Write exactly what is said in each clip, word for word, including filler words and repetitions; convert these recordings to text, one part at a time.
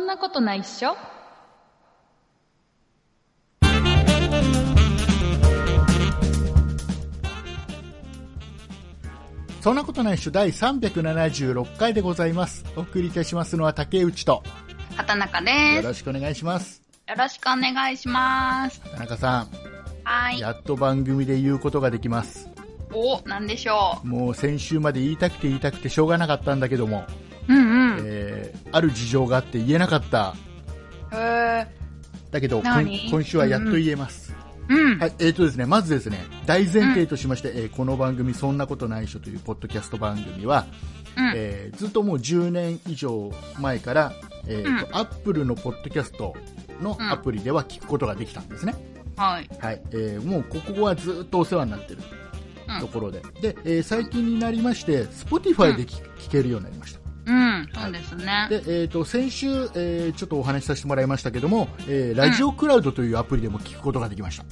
んなことないっしょ。 そんなことないっしょだいさんびゃくななじゅうろっかいでございます。お送りいたしますのは竹内と畑中です。 よろしくお願いします。 よろしくお願いします。 畑中さん、 はい。 やっと番組で言うことができます。 お、なんでしょう。もう先週まで言いたくて言いたくてしょうがなかったんだけども、 うんうん。 えー、ある事情があって言えなかった。 へー。 だけど今週はやっと言えます。 うん。 はい、えーとですね、まずですね、大前提としまして、うん、えー、この番組そんなことないっしょというポッドキャスト番組は、うんえー、ずっともうじゅうねん以上前から、えーとうん、Apple のポッドキャストのアプリでは聞くことができたんですね。 はい。 はい、えー、もうここはずっとお世話になっているところで、うん、で、えー、最近になりまして Spotify で 聞,、うん、聞けるようになりました。 うん、そうですね。 で、えーと、先週、えー、ちょっとお話しさせてもらいましたけども、えー、ラジオクラウドというアプリでも聞くことができました。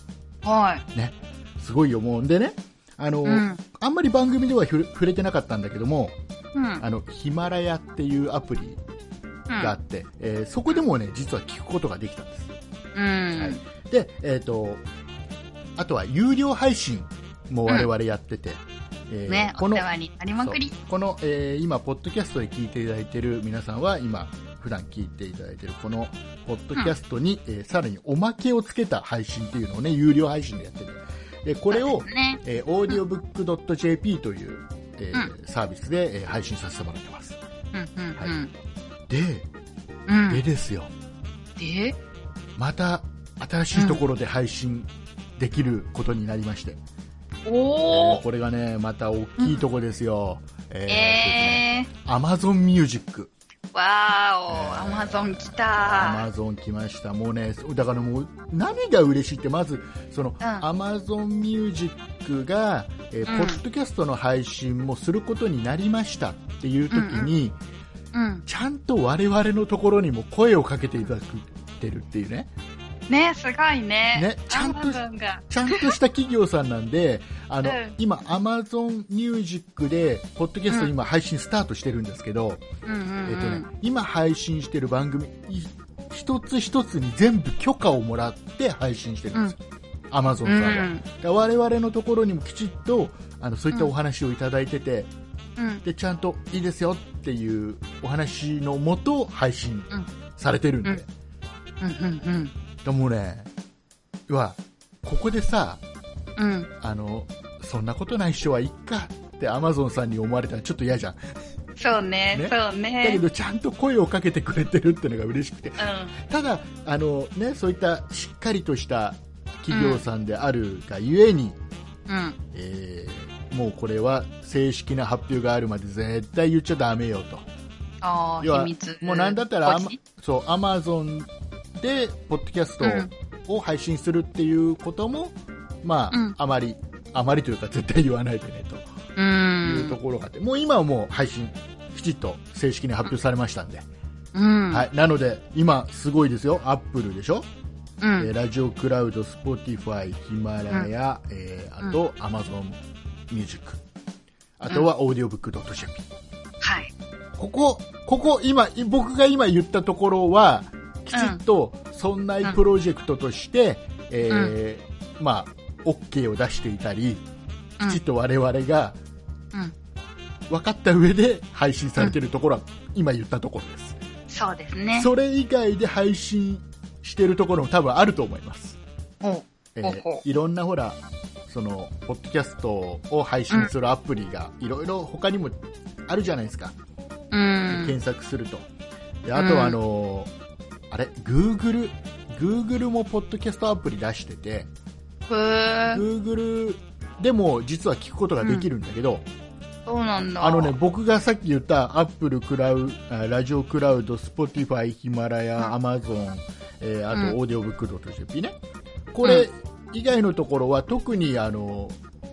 はい。 ね、すごいよ、もう。でね、あの、うん、あんまり番組では触れてなかったんだけども、うん、あの、ヒマラヤっていうアプリがあって、うんえー、そこでもね、実は聞くことができたんです。 うんはい、 で、えーと、あとは有料配信も我々やってて、うんえー、ね、このお世話になりまくり。 この、えー、今、ポッドキャストで聞いていただいている皆さんは、今、普段聞いていただいているこのポッドキャストに、うんえー、さらにおまけをつけた配信っていうのをね、有料配信でやってる。でこれを、ねえー、オーディオブックドットジェーピー という、えーうん、サービスで、えー、配信させてもらってます。 うんうんうんはい、 で、うん、でですよ。 でまた新しいところで配信できることになりまして。 うんおえー、これがね、また大きいとこですよ。 うん、えー、 Amazon Music。 わーお、アマゾン来た。 アマゾン来ました。もうね、だからもう何が嬉しいって、まずその、うん、アマゾンミュージックが、えーうん、ポッドキャストの配信もすることになりましたっていう時に、うんうんうん、ちゃんと我々のところにも声をかけていただくてるっていうね。 ね、すごいね。 ね、ちゃんと、ちゃんとした企業さんなんで、あの、うん、今、Amazon Music で、ポッドキャスト今配信スタートしてるんですけど、うんうんうん、えっとね、今配信してる番組、一つ一つに全部許可をもらって配信してるんですよ。うん、Amazon さんは。うん、我々のところにもきちっと、あの、そういったお話をいただいてて、うん、で、ちゃんといいですよっていうお話のもと配信されてるんで。 うんうんうんうんでもね、はここでさ、 うん、 あのそんなことない人はいっかってアマゾンさんに思われたらちょっと嫌じゃん。 そうね、ねそうね。 だけどちゃんと声をかけてくれてるっていうのが嬉しくて、うん、ただあの、ね、そういったしっかりとした企業さんであるがゆえに、 うんえー、もうこれは正式な発表があるまで絶対言っちゃダメよと。 あ要は秘密もうなんだったらアマそうアマゾンでポッドキャストを配信するっていうことも、うん、まあ、うん、あまりあまりというか絶対言わないでねというところがあって、もう今はもう配信きちっと正式に発表されましたんで、 うんはい、なので今すごいですよ。アップルでしょ、 うんえー、ラジオクラウド、スポティファイ、ヒマラヤ、うんえー、あと、うん、アマゾンミュージック、あとはオーディオブックドットジェーピー、 はい、 ここここ今僕が今言ったところはきちっとそんなプロジェクトとして、うんえーまあ、OK を出していたり、きちっと我々が分かった上で配信されているところは今言ったところです。 そうですね。 それ以外で配信しているところも多分あると思います。 ほうほうほうえー、いろんなほらそのポッドキャストを配信するアプリがいろいろ他にもあるじゃないですか。 うん、 検索すると。であとはあのーうんあれ Google, Google もポッドキャストアプリ出してて、Google でも実は聞くことができるんだけど、 うん、そうなんだ。 あのね、僕がさっき言った Apple クラウラジオクラウド、Spotify、ヒマラヤ、 うん、 Amazon、えー、あと、オーディオブックドットジェーピー ね。これ以外のところは特にあの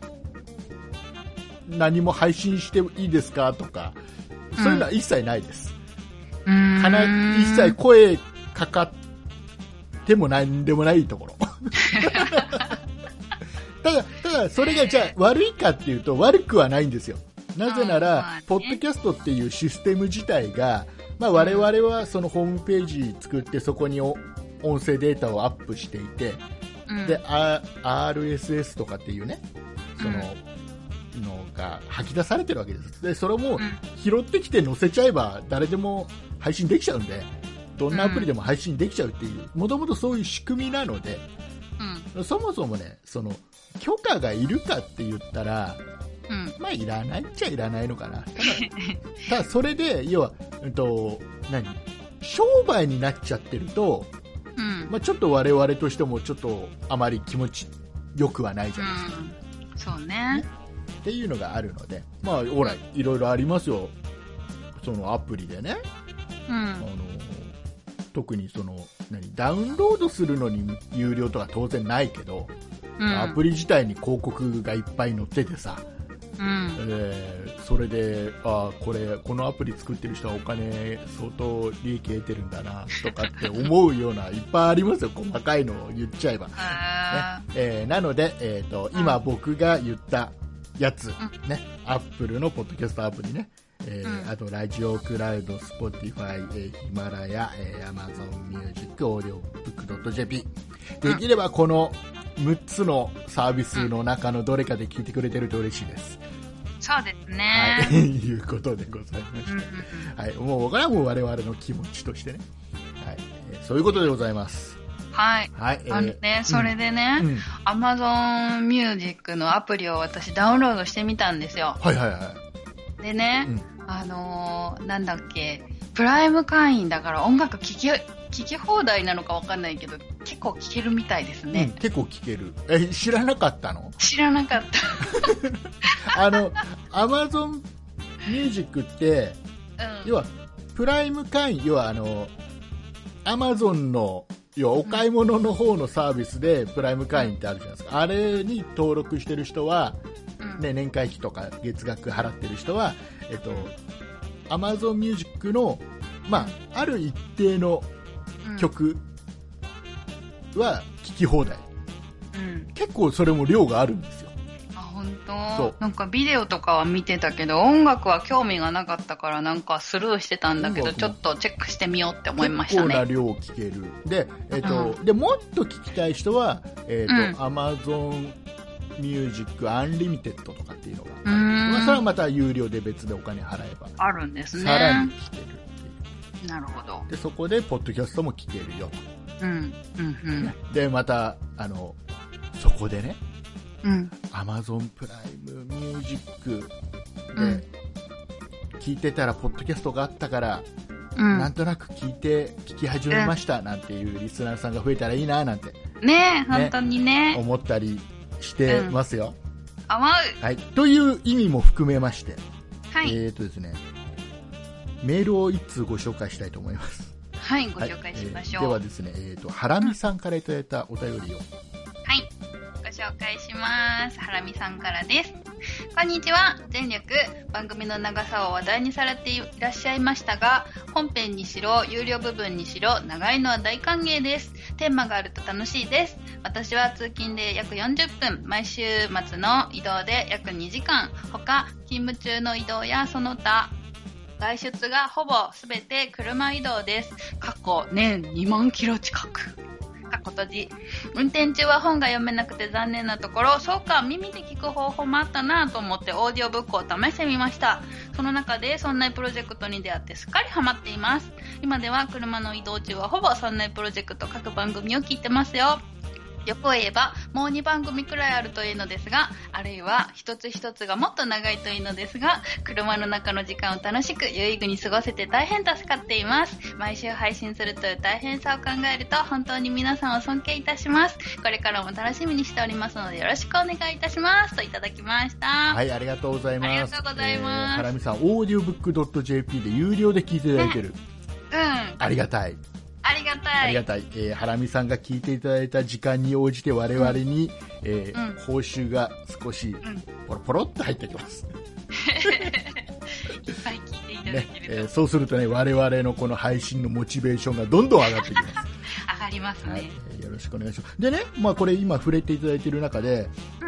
何も配信していいですかとか、そういうのは一切ないです。 うん、 一切声かかってもなんでもないところただただそれがじゃあ悪いかっていうと悪くはないんですよ。なぜなら、ポッドキャストっていうシステム自体が、 まあ、我々はそのホームページ作ってそこにお音声データをアップしていて、うん、で アールエスエス とかっていうねその、うん、のが吐き出されてるわけです。でそれも拾ってきて載せちゃえば誰でも配信できちゃうんで、どんなアプリでも配信できちゃうっていう、もともとそういう仕組みなので、うん、そもそもねその許可がいるかって言ったら、うん、まあいらないっちゃいらないのかな。ただ、ただそれで要は、うんと、何商売になっちゃってると、うんまあ、ちょっと我々としてもちょっとあまり気持ちよくはないじゃないですか、 うん、そうね、ねっていうのがあるので、まあほらいろいろありますよ、そのアプリでね、うん、あの特にその何ダウンロードするのに有料とか当然ないけど、うん、アプリ自体に広告がいっぱい載っててさ、うんえー、それであこれこのアプリ作ってる人はお金相当利益得てるんだなとかって思うようないっぱいありますよ、細かいのを言っちゃえば、ねえー、なので、えーと、今僕が言ったやつ、ね、アップルのポッドキャストアプリね、えーうん、あとラジオクラウド、スポティファイ、えー、ヒマラヤ、えー、アマゾンミュージック、オーディオブックドット ジェーピー、できればこのむっつのサービスの中のどれかで聞いてくれてると嬉しいです。 そうですね。 はい、いうことでございまして、うんうんうん、はい、もうこれはもう我々の気持ちとしてね、はい、えー、そういうことでございます。 はい。はい、あのね、えー、それでね、うん、Amazon Music のアプリを私ダウンロードしてみたんですよ。 はいはいはい。 でね、うん、あのー、なんだっけ、プライム会員だから音楽聴き、聴き放題なのかわかんないけど、結構聴けるみたいですね。 うん、結構聴ける。え、知らなかったの？ 知らなかった。 あの、Amazon Music って、うん、要は、プライム会員、要はあの、Amazon の、要はお買い物の方のサービスでプライム会員ってあるじゃないですか。あれに登録してる人は、ね、年会費とか月額払ってる人は、えっと、Amazon Music の、まあ、ある一定の曲は聴き放題、うん、結構それも量があるんですよ。 あ、本当？なんかビデオとかは見てたけど音楽は興味がなかったからなんかスルーしてたんだけど、ちょっとチェックしてみようって思いましたね。 結構な量聴ける。で、えっと、うん、でもっと聴きたい人は、えっと、うん、Amazonミュージックアンリミテッドとかっていうのがある、まあ、それはまた有料で別でお金払えばあるんですね。 さらに聴けるっていう。 なるほど。 でそこでポッドキャストも聴けるよと、 うんうんうん、 でまたあのそこでね、 うん、 Amazon プライムミュージックで聴いてたらポッドキャストがあったから、うん、なんとなく聞いて聞き始めましたなんていうリスナーさんが増えたらいいななんてね、本当にね思ったりしてますよ、 うん、思う、 はい、という意味も含めまして、 はい、 えーとですね、メールを一通ご紹介したいと思います。 はい、ご紹介しましょう。 はい、えー、ではですね、えーと、ハラミさんからいただいたお便りを、 はい、ご紹介します。ハラミさんからです。こんにちは。前略番組の長さを話題にされていらっしゃいましたが、本編にしろ有料部分にしろ長いのは大歓迎です。テーマがあると楽しいです。私は通勤で約よんじゅっぷん、毎週末の移動で約にじかん、他勤務中の移動やその他外出がほぼすべて車移動です。過去年にまんキロ近く。過去閉じ。運転中は本が読めなくて残念なところ、そうか、耳で聞く方法もあったなと思ってオーディオブックを試してみました。その中でそんなプロジェクトに出会ってすっかりハマっています。今では車の移動中はほぼそんなプロジェクト各番組を聞いてますよ。欲を言えばもうにばん組くらいあるといいのですが、あるいは一つ一つがもっと長いといいのですが、車の中の時間を楽しく有意義に過ごせて大変助かっています。毎週配信するという大変さを考えると本当に皆さんを尊敬いたします。これからも楽しみにしておりますのでよろしくお願いいたしますといただきました。 はい、ありがとうございます。 ありがとうございます。 えー、ハラミさん、オーディオブックドットジェーピー で有料で聞いていただいてる、 うん、 ありがたい。 ありがたい。 ありがたい。えー、ハラミさんが聞いていただいた時間に応じて我々に、うん、えーうん、報酬が少しポロポロっと入ってきます。 いっぱい聞いていただけると、ね、 えー、そうするとね、我々のこの配信のモチベーションがどんどん上がってきます。 上がりますね。 はい、よろしくお願いします。でね、まあこれ今触れていただいている中で、うん、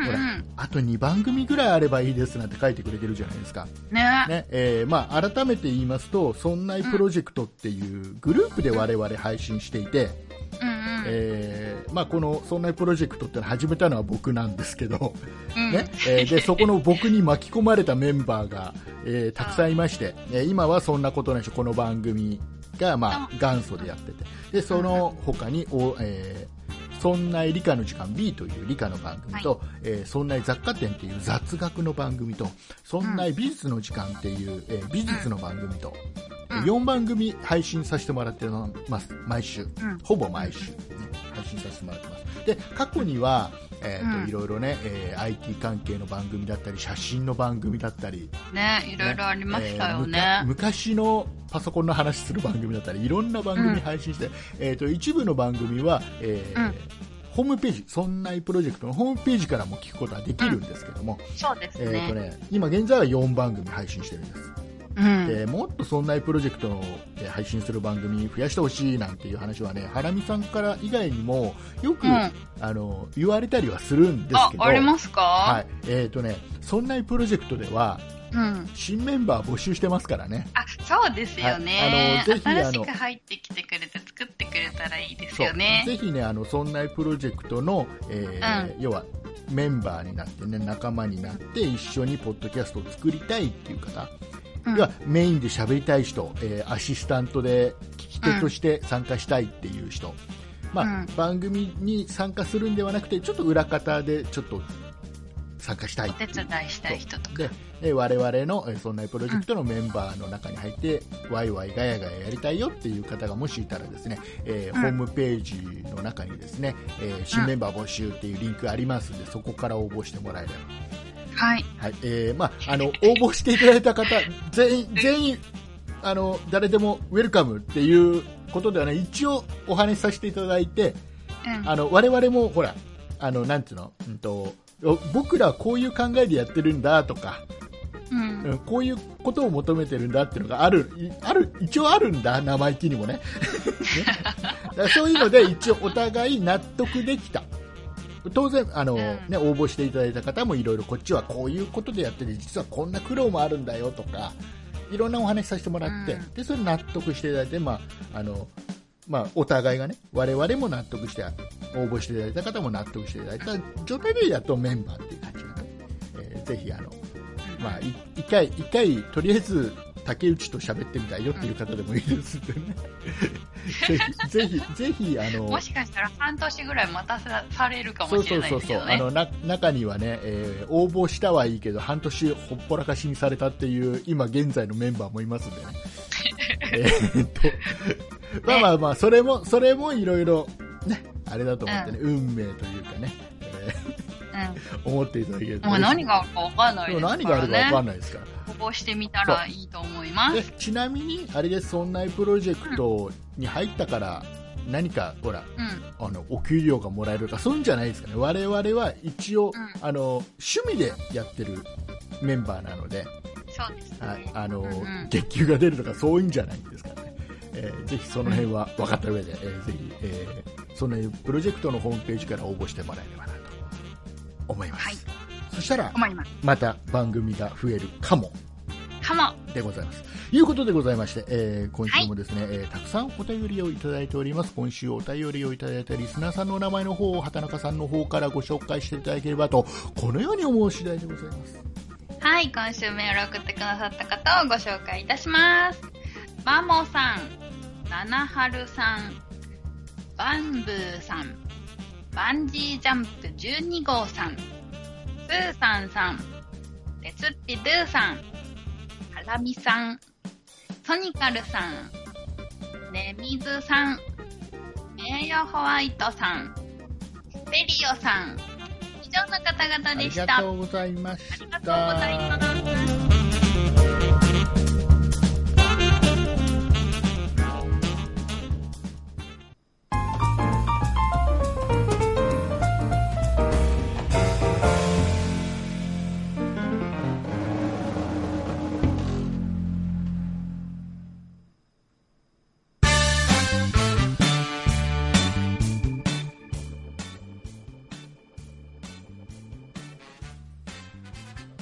うんうん、 ほらあとにばん組ぐらいあればいいですなんて書いてくれてるじゃないですか。 ねねえーまあ、改めて言いますと、そんないプロジェクトっていうグループで我々配信していて、 うんうんえーまあ、このそんないプロジェクトってのを始めたのは僕なんですけど、 うんねえーでそこの僕に巻き込まれたメンバーが、えーたくさんいまして、えー今はそんなことないしこの番組が、まあ、元祖でやってて、でその他にお、えーそんな理科の時間 B という理科の番組と、はいえー、そんな雑貨店っていう雑学の番組と、そんな美術の時間っていう、えー、美術の番組と、うん、よんばん組配信させてもらってます毎週、うん、ほぼ毎週、ね、配信させてもらってます。で過去には、えーとうん、いろいろね、えー、アイティー 関係の番組だったり写真の番組だったりね、いろいろありましたよね、 えー、昔のパソコンの話する番組だったりいろんな番組配信して、うんえー、と一部の番組は、えーうんホームページ、そんないプロジェクトのホームページからも聞くことはできるんですけども、 うん、そうですね。 えーとね、今現在はよんばん組配信してるんです。うん、でもっとそんないプロジェクトの配信する番組増やしてほしいなんていう話はね、ハラミさんから以外にもよく、うん、あの言われたりはするんですけど、 あ、ありますか？ はい。えーとね、そんないプロジェクトでは。うん、新メンバー募集してますからね。 あ、そうですよね。はい、あのぜひ新しく入ってきてくれて作ってくれたらいいですよね。 ぜひね、あのそんないプロジェクトの、えーうん、要はメンバーになってね、仲間になって一緒にポッドキャストを作りたいっていう方、うん、要はメインで喋りたい人、えー、アシスタントで聞き手として参加したいっていう人、うん、まあ、うん、番組に参加するんではなくてちょっと裏方でちょっと参加したいお手伝いしたい人とかで、え我々のそんなプロジェクトのメンバーの中に入って、うん、ワイワイガヤガヤやりたいよっていう方がもしいたらですね、えーうん、ホームページの中にですね、えー、新メンバー募集っていうリンクありますので、そこから応募してもらえればはい、 はいえーまあ、あの応募していただいた方全員全員あの誰でもウェルカムっていうことではね、一応お話しさせていただいて、うん、あの我々もほらあのなんていうの、うんと僕らはこういう考えでやってるんだとか、うんうん、こういうことを求めてるんだっていうのがある、ある一応あるんだ、生意気にも ね, ねだからそういうので一応お互い納得できた。当然あの、うんね、応募していただいた方もいろいろこっちはこういうことでやってて実はこんな苦労もあるんだよとかいろんなお話しさせてもらって、うん、でそれ納得していただいて、まああのまあ、お互いがね我々も納得して応募していただいた方も納得していただいた状態でやっとメンバーっていう感じなので、えー、ぜひあの、まあ、一回一回とりあえず竹内と喋ってみたいよっていう方でもいいですんでねぜひぜひぜひあのもしかしたら半年ぐらい待たさされるかもしれないですよね。そうそうそうそうあのな中にはね、えー、応募したはいいけど半年ほっぽらかしにされたっていう今現在のメンバーもいますんでねえっとまあまあまあそれもそれもいろいろねあれだと思ってね、うん、運命というかね、えーうん、思っていただけると、 もう何があるか分かんないですからね。 何があるか分かんないですから応募してみたらいいと思います。 でちなみにあれです、そんなプロジェクトに入ったから何かほら、うん、あのお給料がもらえるとかそういうんじゃないですかね。我々は一応、うん、あの趣味でやってるメンバーなので、 そうですね、 はい、あの、うんうん、月給が出るとかそういうんじゃないんですからね、えー、ぜひその辺は分かった上で、えー、ぜひ、えー、そのプロジェクトのホームページから応募してもらえればなと思います、はい、そしたらまた番組が増えるかもかもでございますということでございまして、えー、今週もですね、はい、えー、たくさんお便りをいただいております。今週お便りをいただいたリスナーさんのお名前の方を畑中さんの方からご紹介していただければとこのように思う次第でございます。 はい、今週メールを送ってくださった方をご紹介いたします。マモさん、ナナハルさん、バンブーさん、バンジージャンプじゅうに号さん、スーさんさん、レツッピドゥさん、ハラミさん、ソニカルさん、ネミズさん、名誉ホワイトさん、ペリオさん、以上の方々でした。 ありがとうございました。 ありがとうございます。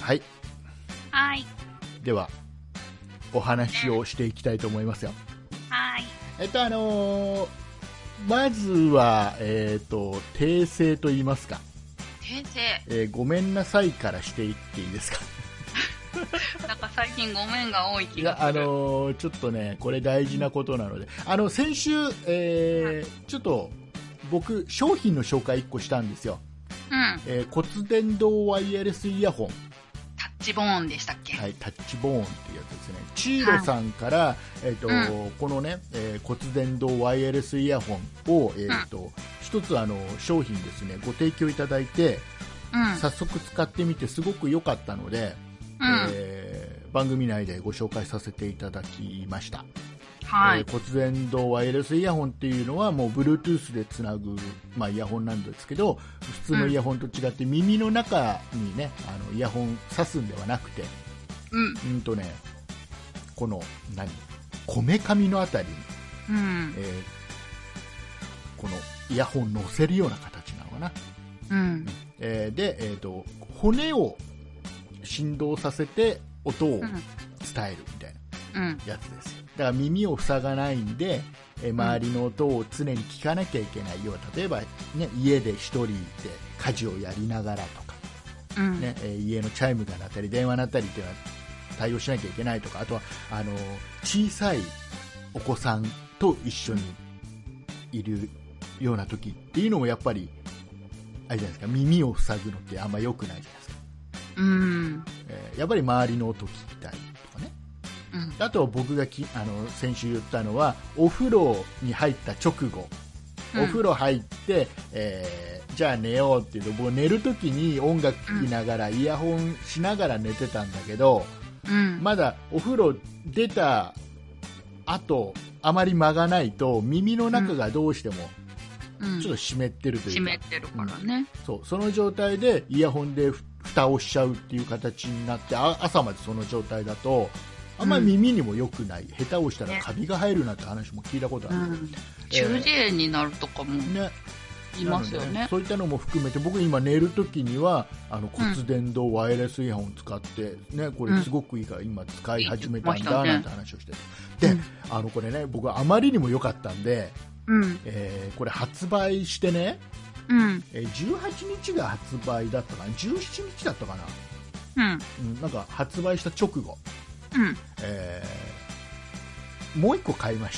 はい。 はい。 では、お話をしていきたいと思いますよ。 はい。 えっと、あのー、まずは、えっと、訂正と言いますか。 訂正、 えー、ごめんなさいからしていっていいですか。 なんか最近ごめんが多い気がする。 いや、あのー、ちょっとね、これ大事なことなので、あの、先週、えー、ちょっと、僕、商品の紹介いっこしたんですよ。 うん。 えー、骨伝導ワイヤレスイヤホン。 タッチボーンでしたっけ？ はい、タッチボーンっていうやつですね。チーロさんから、はい、えーとうん、このね、えー、骨伝導ワイヤレスイヤホンを、えーとうん、一つあの商品ですね、ご提供いただいて、うん、早速使ってみてすごく良かったので、うん、えー、番組内でご紹介させていただきました。はい、えー、骨伝導ワイヤレスイヤホンっていうのはもう Bluetooth でつなぐ、まあ、イヤホンなんですけど、普通のイヤホンと違って耳の中にね、あのイヤホン挿すんではなくて、うん、うんとね、この何こめかみのあたりに、うん、えー、このイヤホン乗せるような形なのかな、うんえー、で、えーと、骨を振動させて音を伝えるみたいなやつですよ。だから耳を塞がないんで、え周りの音を常に聞かなきゃいけないような、例えば、ね、家で一人で家事をやりながらとか、うんねえ家のチャイムが鳴ったり電話鳴ったりっていうのは対応しなきゃいけないとか、あとはあの小さいお子さんと一緒にいるような時っていうのもやっぱりあれじゃないですか、耳を塞ぐのってあんま良くないじゃないですか、うんえー、やっぱり周りの音聞きたいとかね、うん、あと僕がきあの先週言ったのはお風呂に入った直後、うん、お風呂入って、えー、じゃあ寝ようっていうと、僕寝るときに音楽聴きながら、うん、イヤホンしながら寝てたんだけど、うん、まだお風呂出た後あまり間がないと耳の中がどうしてもちょっと湿ってるというか、 湿ってるからね、 うん、そうその状態でイヤホンで蓋をしちゃうっていう形になって、あ朝までその状態だとあんまり耳にも良くない、うん、下手をしたらカビが生えるなんて話も聞いたことある、うん、 中耳炎になるとかも、ね、いますよね。 ねそういったのも含めて僕今寝るときにはあの骨伝導ワイヤレスイヤホンを使って、ね、これすごくいいから今使い始めたんだなんて話をしてて、で、うん、あのこれね僕はあまりにも良かったんで、うんえー、これ発売してね、うんえー、じゅうはちにちが発売だったかな、じゅうしちにちだったかな、うんうん、なんか発売した直後、うんえー、もういっこ買いました。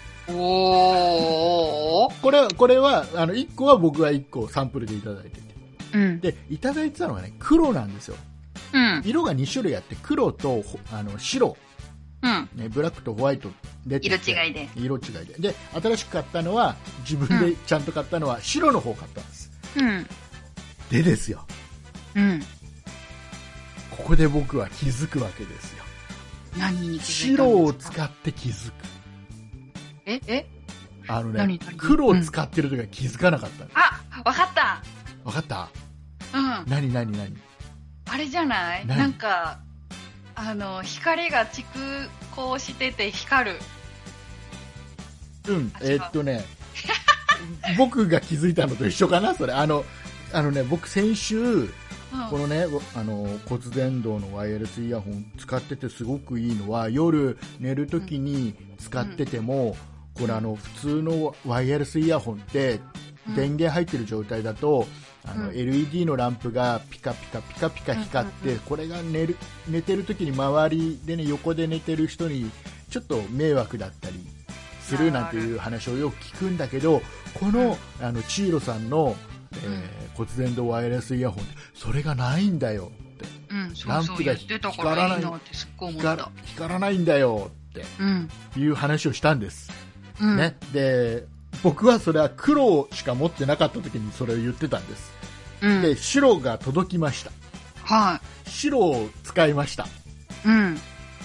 おこれこれはあのいっこは僕はいっこサンプルでいただいてて、うん、でいただいてたのがね黒なんですよ、うん、色がにしゅるいあって黒とあの白、うんね、ブラックとホワイト出てて色違いで色違いでで新しく買ったのは自分でちゃんと買ったのは白の方を買ったんです、うん、でですよ、うん、ここで僕は気づくわけですよ。 何に気づいたんですか？ 白を使って気づく。 ええあのね、何何黒を使ってる時は気づかなかった、うん、 あ、わかったわかったうん。 何何何あれじゃない？なんかあの光が蓄光してて光る。 うんえー、っとね僕が気づいたのと一緒かなそれ。あのあのね僕先週、うん、このねあの骨伝導のワイヤレスイヤホン使っててすごくいいのは、夜寝るときに使ってても、うんうんこれあの普通のワイヤレスイヤホンって電源入ってる状態だと、うん、あの エルイーディー のランプがピカピカピカピカ光って、うん、これが寝る寝てる時に周りでね横で寝てる人にちょっと迷惑だったりするなんていう話をよく聞くんだけど、この、うん、あのチーロさんの、えー、骨伝導ワイヤレスイヤホンってそれがないんだよって、 うん、そうそうランプが光らない、いい光, 光らないんだよって、うん、いう話をしたんです。うんね、で僕はそれは黒しか持ってなかった時にそれを言ってたんです、うん、で白が届きました、はい、白を使いました、うん、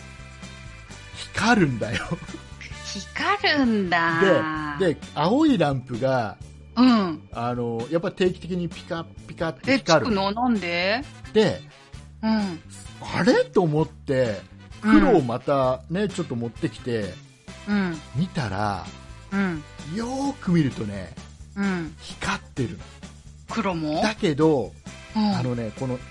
光るんだよ光るんだでで青いランプが、うん、あのやっぱ定期的にピカピカって光る。 えつくのなんでで、うん、あれと思って黒をまたね、うん、ちょっと持ってきてうん、見たら、うん、よーく見るとね、うん、光ってるの。 黒もだけど、うん、あのねこの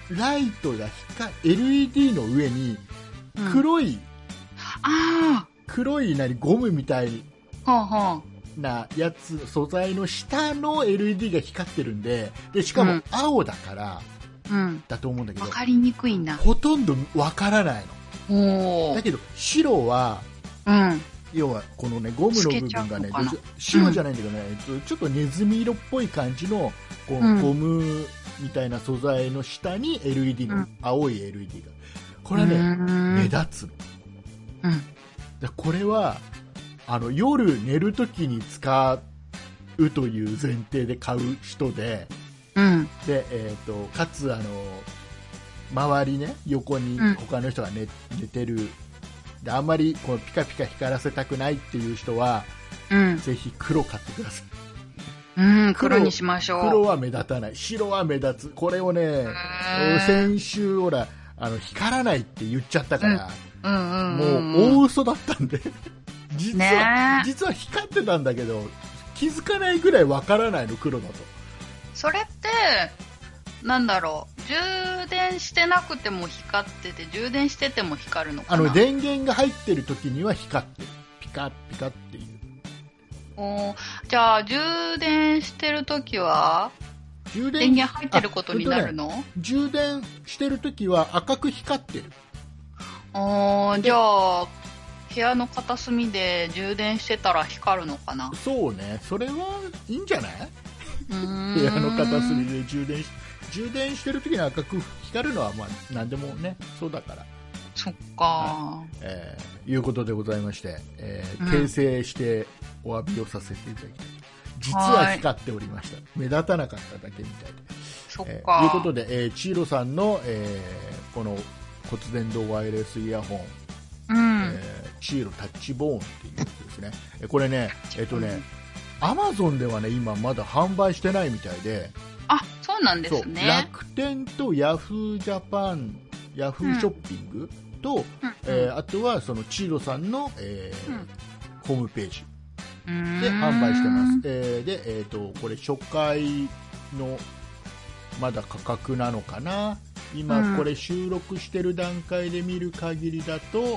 ライトが光 エルイーディー の上に黒い、うん、 あ黒い何ゴムみたいなやつ素材の下の エルイーディー が光ってるんで、でしかも青だから、うん、だと思うんだけど、 分かりにくいんだ。 ほとんど分からないの。だけど白は、うん、要はこのねゴムの部分がね白じゃないんだけどね、うん、ちょっとネズミ色っぽい感じのこう、うん、ゴムみたいな素材の下に エルイーディー の、うん、青い エルイーディー がこれはね目立つ、うん、でこれはあの夜寝るときに使うという前提で買う人で、うん、で、えー、とかつあの周りね横に他の人が 寝,、うん、寝てるであんまりこうピカピカ光らせたくないっていう人は、うん、ぜひ黒買ってください。 うん、黒にしましょう。 黒は目立たない、白は目立つ。これをね先週ほらあの光らないって言っちゃったから、うんうんうんうん、もう大嘘だったんで実は、ね、実は光ってたんだけど気づかないぐらいわからないの黒だと。 それってなんだろう、充電してなくても光ってて充電してても光るのかな。 あの電源が入ってる時には光ってる、ピカピカっていう。 おじゃあ充電してる時は充電電源入ってることになるの、ね、 充電してる時は赤く光ってる。 あじゃあ部屋の片隅で充電してたら光るのかな。 そうね、それはいいんじゃない。部屋の片隅で充電し充電してる時に赤く光るのはまあ何でもねそうだから。 そっか、はい、 えー、いうことでございまして、えー、訂正してお詫びをさせていただきたい。実は光っておりました。目立たなかっただけみたいで。 そっか、 えー、いうことで、えー、チーロさんの、えー、この骨伝導ワイヤレスイヤホン、うんえー、チーロタッチボーンっていうやつですね。これね、えっとね、アマゾンではね今まだ販売してないみたいで。 あ、そうなんですね。 楽天とヤフージャパン、ヤフーショッピング、うんとうんえー、あとはそのチーロさんの、えーうん、ホームページで販売してます。えー、で、えーと、これ初回のまだ価格なのかな。今これ収録してる段階で見る限りだと、うん、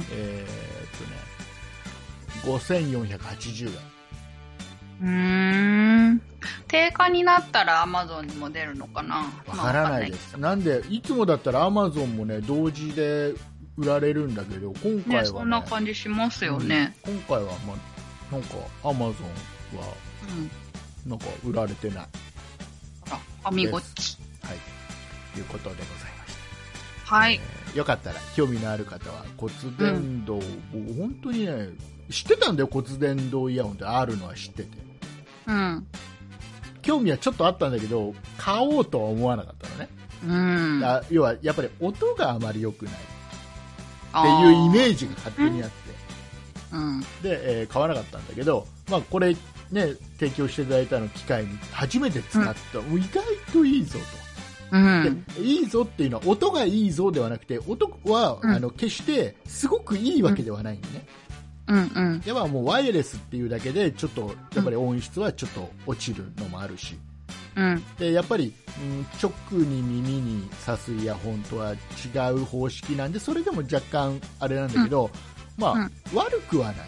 えーとね、ごせんよんひゃくはちじゅうえん。 うーん定価になったら Amazon にも出るのかな。 わからないです。なんでいつもだったら Amazon もね同時で売られるんだけど今回は、ねね、 そんな感じしますよね、 うん、今回はまあなんか Amazon はなんか売られてない、 うん、あファミゴッチはいということでございました。 はい、 えー、よかったら興味のある方は骨伝導、うん、本当にね知ってたんだよ。骨伝導イヤホンってあるのは知ってて、うん興味はちょっとあったんだけど買おうとは思わなかったのね、うん、だ要はやっぱり音があまり良くないっていうイメージが勝手にあって、うん、で、えー、買わなかったんだけど、まあ、これ、ね、提供していただいたの機会に初めて使った、うん、もう意外といいぞと、うん、でいいぞっていうのは音がいいぞではなくて音は、うん、あの決してすごくいいわけではないんでね、うんうん、やっぱもうワイヤレスっていうだけでちょっとやっぱり音質はちょっと落ちるのもあるし、うん、でやっぱり、うん、直に耳に挿すイヤホンとは違う方式なんでそれでも若干あれなんだけど、うん、まあ、うん、悪くはない、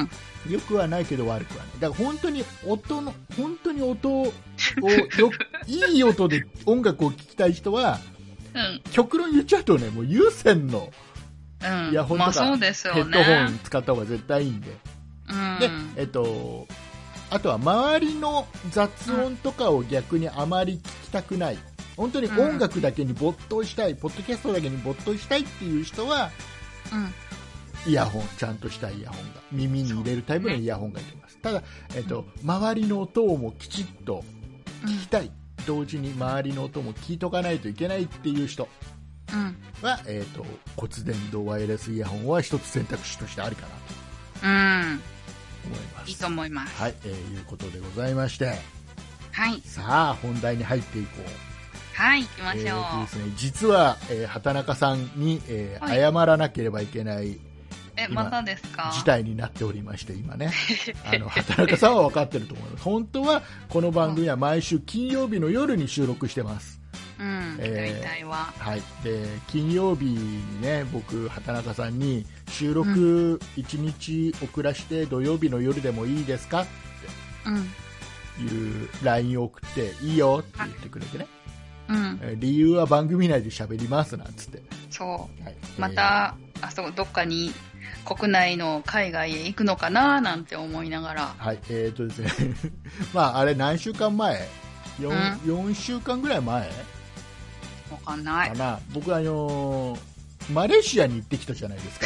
うん、よくはないけど悪くはない。だから本当に音の本当に音をよいい音で音楽を聴きたい人は、うん、極論言っちゃうとねもう有線のイヤホンとか、まあね、ヘッドホン使った方が絶対いいんで、うん、で、えっと、あとは周りの雑音とかを逆にあまり聞きたくない、本当に音楽だけに没頭したい、うん、ポッドキャストだけに没頭したいっていう人は、うん、イヤホンちゃんとしたイヤホンが耳に入れるタイプのイヤホンがいきます。ただ、えっと、周りの音をもきちっと聞きたい、うん、同時に周りの音も聞いとかないといけないっていう人は、うんえー、と骨伝導ワイヤレスイヤホンは一つ選択肢としてありかなと思います。 いいと思います。 はい、えー、いうことでございまして、 はい、 さあ本題に入っていこう。 はい行きましょう。えーですね、実は、えー、畑中さんに、えーはい、謝らなければいけないえまたですか事態になっておりまして今ねあの畑中さんは分かってると思います。本当はこの番組は毎週金曜日の夜に収録してます。 うん、えー、大体は。 はい。で、金曜日にね、僕、畑中さんに、収録いちにち遅らして土曜日の夜でもいいですかっていう ライン を送って、いいよって言ってくれてね。うん、理由は番組内で喋りますなんつって。 そう。はい、また、えー、あそこどっかに国内の海外へ行くのかななんて思いながら。 はい。えー、っとですね。まあ、あれ何週間前 4, うん、よんしゅうかんぐらい前わかんない。 かな。僕はあのー、マレーシアに行ってきたじゃないですか。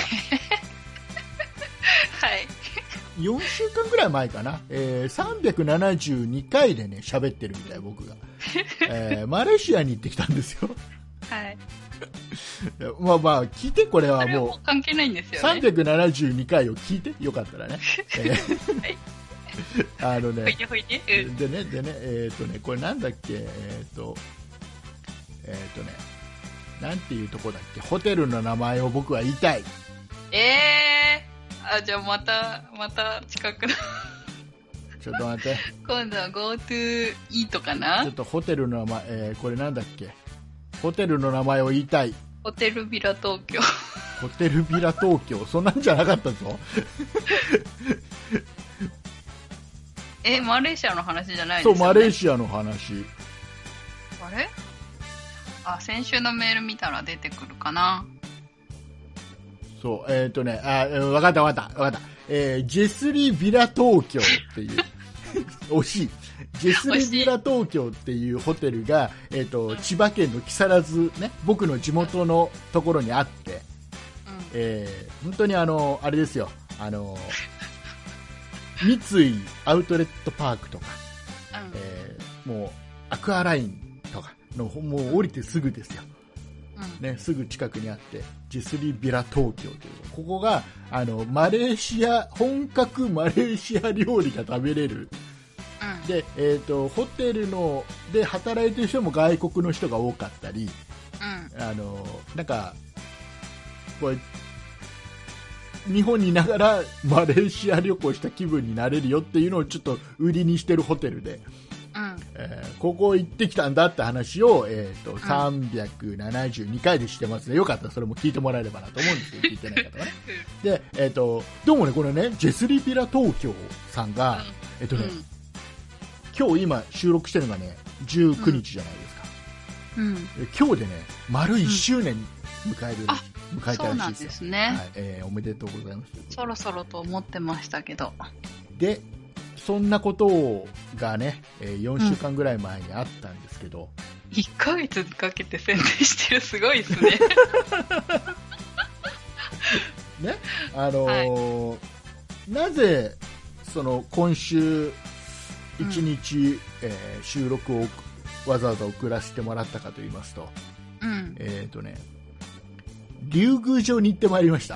はい。 よんしゅうかんぐらい前かな、えー、さんびゃくななじゅうにかいでね喋ってるみたい僕が、えー、マレーシアに行ってきたんですよ。 はい。 まあまあ聞いて、これはもう関係ないんですよね。 さんびゃくななじゅうにかいを聞いてよかったらね。えーはい、あのね、 ほいでほいで、うん、 でねでねえっ、ー、とねこれなんだっけえっ、ー、とえっ、ー、とねなんていうとこだっけ、ホテルの名前を僕は言いたい。 えー、あ、じゃあまたまた近くのちょっと待って今度は GoTo イートかな。 ちょっとホテルの名前、えー、これなんだっけ、ホテルの名前を言いたい。 ホテルビラ東京。 ホテルビラ東京、そんなんじゃなかったぞ。 え、マレーシアの話じゃないですよね。 そう、マレーシアの話。 あれ、あ、先週のメール見たら出てくるかな。 そう、えっ、ー、とね、あ、わかったわかったわかった。えー、ジェスリービラ東京っていう惜しい。ジェスリービラ東京っていうホテルが、えーと、千葉県の木更津ね、僕の地元のところにあって、うん、えー、本当にあのあれですよ、あの三井アウトレットパークとか、うん、えー、もうアクアラインとかのもう降りてすぐですよ、うんね、すぐ近くにあってジェスリービラ東京という、ここがあのマレーシア本格マレーシア料理が食べれる、うん、で、えーと、ホテルので働いてる人も外国の人が多かったり、うん、あのなんかこれ日本にいながらマレーシア旅行した気分になれるよっていうのをちょっと売りにしてるホテルで、うん、えー、ここ行ってきたんだって話を、えーと、さんびゃくななじゅうにかいでしてますね。よかったらそれも聞いてもらえればなと思うんですけど、聞いてない方はね。で、えーと、どうもね、これね、ジェスリビラ東京さんが、えっ、ー、とね、うん、今日今収録してるのがね、じゅうくにちじゃないですか。うん、今日でね、丸いっしゅうねん迎える、うん、迎えたらしいですよ。そうなんですね。はい、えー、おめでとうございます。 そろそろと思ってましたけど。 で、そんなことがね、よんしゅうかんぐらい前にあったんですけど、 うん、いっかげつかけて宣伝してる、すごいですね。 ね、あのーはい、なぜその今週いちにち、うん、えー、収録をわざわざ送らせてもらったかと言いますと、うん、えっ、ー、とね、竜宮城に行ってまいりました。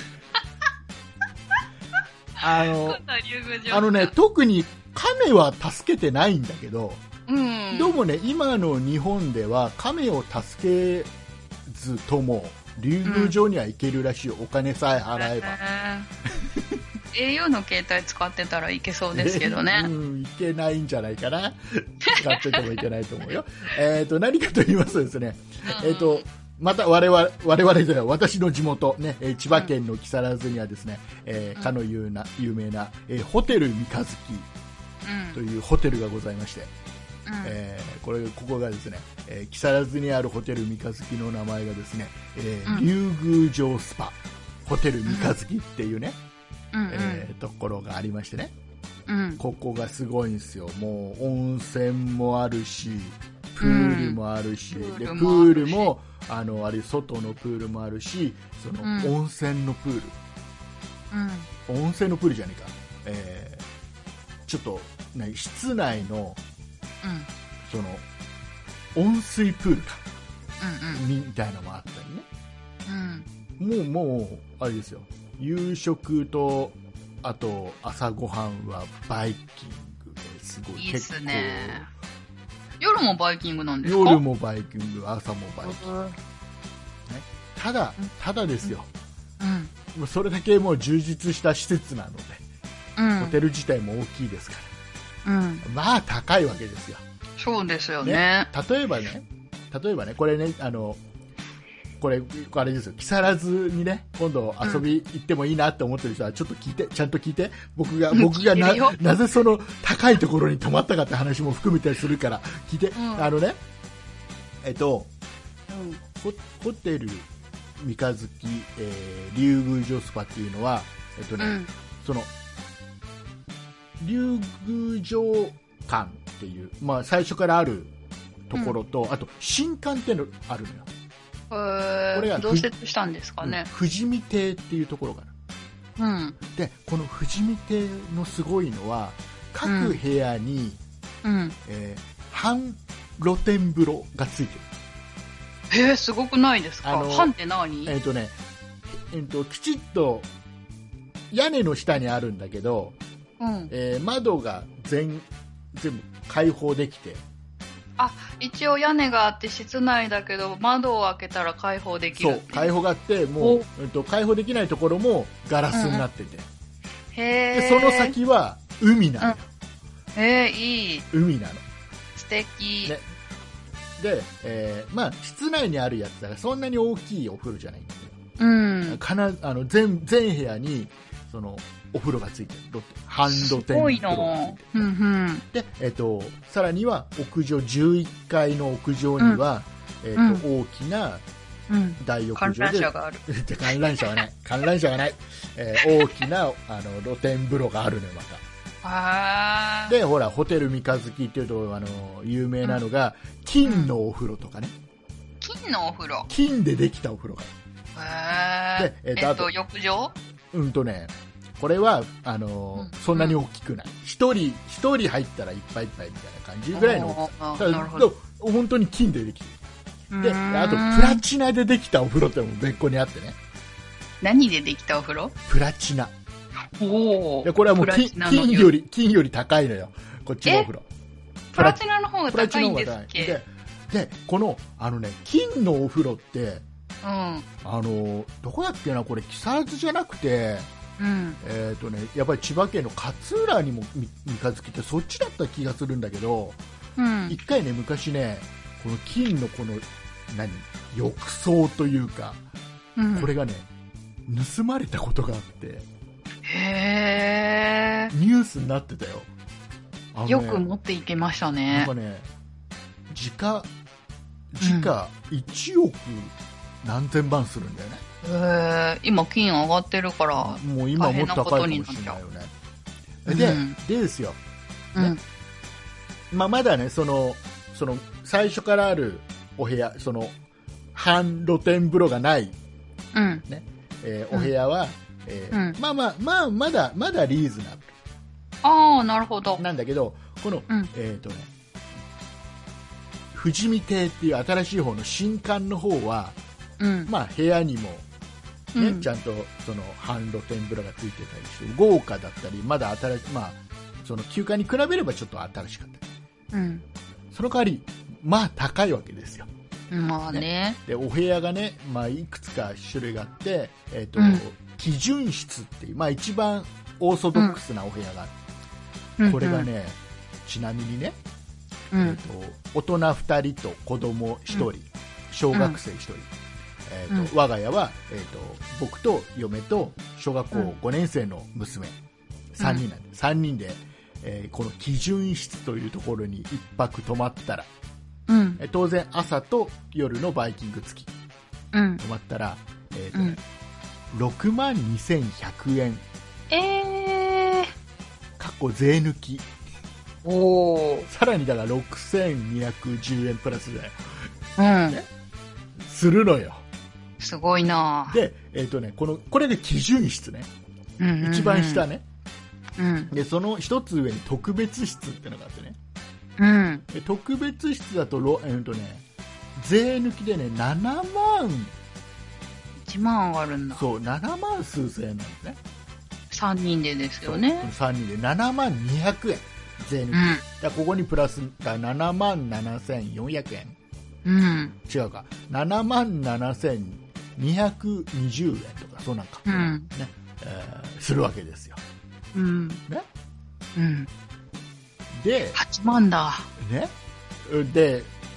あのあのね、特に亀は助けてないんだけど、うん、どうもね、今の日本では亀を助けずとも竜宮城には行けるらしい、うん、お金さえ払えば、 えー、au の携帯使ってたらいけそうですけどね、 うん、いけないんじゃないかな。使っててもいけないと思うよ。えと何かと言いますとですね、うん、えっ、ー、とまた我々、我々では私の地元、ね、千葉県の木更津にはですね、うん、えー、かの有な有名な、えー、ホテル三日月というホテルがございまして、うん、えー、これここがですね、えー、木更津にあるホテル三日月の名前がですね、えーうん、竜宮城スパホテル三日月っていうね、うん、えー、ところがありましてね、うん、ここがすごいんですよ。もう温泉もあるし、プールもあるし、うん、でプールもあのあれ外のプールもあるし、その温泉のプール、うん、温泉のプールじゃねえか、えー、ちょっと、ね、室内の、うん、その温水プールか、うんうん、みたいなのもあったりね、うん、もうもうあれですよ、夕食とあと朝ごはんはバイキングですごい、 いいっすね。夜もバイキングなんですか？ 夜もバイキング、朝もバイキング、ね、ただただですよ、うん、もうそれだけもう充実した施設なので、うん、ホテル自体も大きいですから、うん、まあ高いわけですよ。 そうですよね。 ね、例えばね例えばね、これね、あの、これ、あれですよ、木更津にね、今度遊び行ってもいいなって思ってる人は、ちょっと聞いて、ちゃんと聞いて、僕が、僕がな、なぜその高いところに泊まったかって話も含めたりするから、聞いて、うん、あのね、えっと、うん、ホ, ホテル三日月、えー、竜宮城スパっていうのは、えっとね、うん、その、竜宮城館っていう、まあ最初からあるところと、うん、あと新館っていうのあるのよ。 これがどう設したんですかね。 富士見亭っていうところがある、うん、でこの富士見亭のすごいのは各部屋に、うんえー、半露天風呂がついてる。へえ、すごくないですか。半って何？ えっ、ー、とね、えーと、きちっと屋根の下にあるんだけど、うんえー、窓が 全, 全部開放できて、 あ、一応屋根があって室内だけど窓を開けたら開放できる。 そう、開放があってもう、えっと、開放できないところもガラスになってて、うん、 へでその先は海なのよ、 うん、へーいい海なの。 素敵、 ね、で、えーまあ、室内にあるやつだからそんなに大きいお風呂じゃないんだけど、うん、かなあの 全, 全部屋にそのお風呂がついてる、半露天風呂がついてる、うんうん、で、えーと、さらには屋上じゅういっかいの屋上には、うんえーとうん、大きな大浴場で、 観覧車がある観覧車はない観覧車はない、えー、大きなあの露天風呂があるのよまた。 あでほらホテル三日月っていうとあの有名なのが、うん、金のお風呂とかね、 金のお風呂、 金でできたお風呂がある。で、えーとえっと、浴場うんとねこれはあのーうん、そんなに大きくない。一、うん、人一人入ったらいっぱいいっぱいみたいな感じぐらいの大きさ。なるほど。本当に金でできてる。で、あとプラチナでできたお風呂ってのも別個にあってね。 何でできたお風呂？ プラチナ。 おお。 でこれはもう 金, 金より金より高いのよ。こっちのお風呂。 プラチナの方が高いんですっけ？ で、でこのあのね金のお風呂って、うん、あのどこだっけなこれ木更津じゃなくて。うんえーとね、やっぱり千葉県の勝浦にも三日月ってそっちだった気がするんだけど、うん、一回ね昔ねこの金のこの何浴槽というか、うん、これがね盗まれたことがあって、 へーニュースになってたよ。 あのね、よく持っていけましたね。 なんかね時価時価いちおく何千万するんだよね。 えー、今金上がってるからもう今もっと高いかもしれないよね。で、うん、でですよ、ねうんまあ、まだねそのその最初からあるお部屋その半露天風呂がない、うんねえー、お部屋は、うんえーうん、まあまあまあまだまだリーズナブル。 ああなるほど。 なんだけどこの、うん、えっ、ー、とね富士見亭っていう新しい方の新館の方は、うん、まあ部屋にもね、うん、ちゃんとその半露天風呂がついてたりして豪華だったりまだ新しい、まあ、その旧館に比べればちょっと新しかったり、うん、その代わりまあ高いわけですよ。 まあね、 ねでお部屋がね、まあ、いくつか種類があって、えーとうん、基準室っていう、まあ、一番オーソドックスなお部屋があって、うん、これがね、うん、ちなみにね、うんえーと、大人ふたりと子供ひとり、うん、小学生ひとり、えーとうん、我が家は、えーと、僕と嫁と小学校ごねん生の娘、うん、さんにんなんで、さんにんで、えー、この基準室というところにいっぱく泊まったら、うんえー、当然朝と夜のバイキング付き、うん、泊まったら、えーとねうん、ろくまんにせんひゃくえん、 えー、 かっこ税抜き。 おさらにだからろくせんにひゃくじゅうえんプラスだよ、うんね、するのよ。 すごいな。 で、えーとね、このこれが基準室ね、うんうんうん、一番下ね、うん、でその一つ上に特別室ってのがあってね、うん、で特別室だと、えーとね、税抜きでねななまんいちまん上がるんだ。 そうななまん数千円なんですね。 さんにんでですよね。 さんにんでななまんにひゃくえん税抜き、うん、だここにプラスがななまんななせんよんひゃくえん、うん、違うかななまんななせんにひゃくにじゅうえんとかそうなんか、うんねえー、するわけですよ、うんねうん、ではちまんだ、 ね、で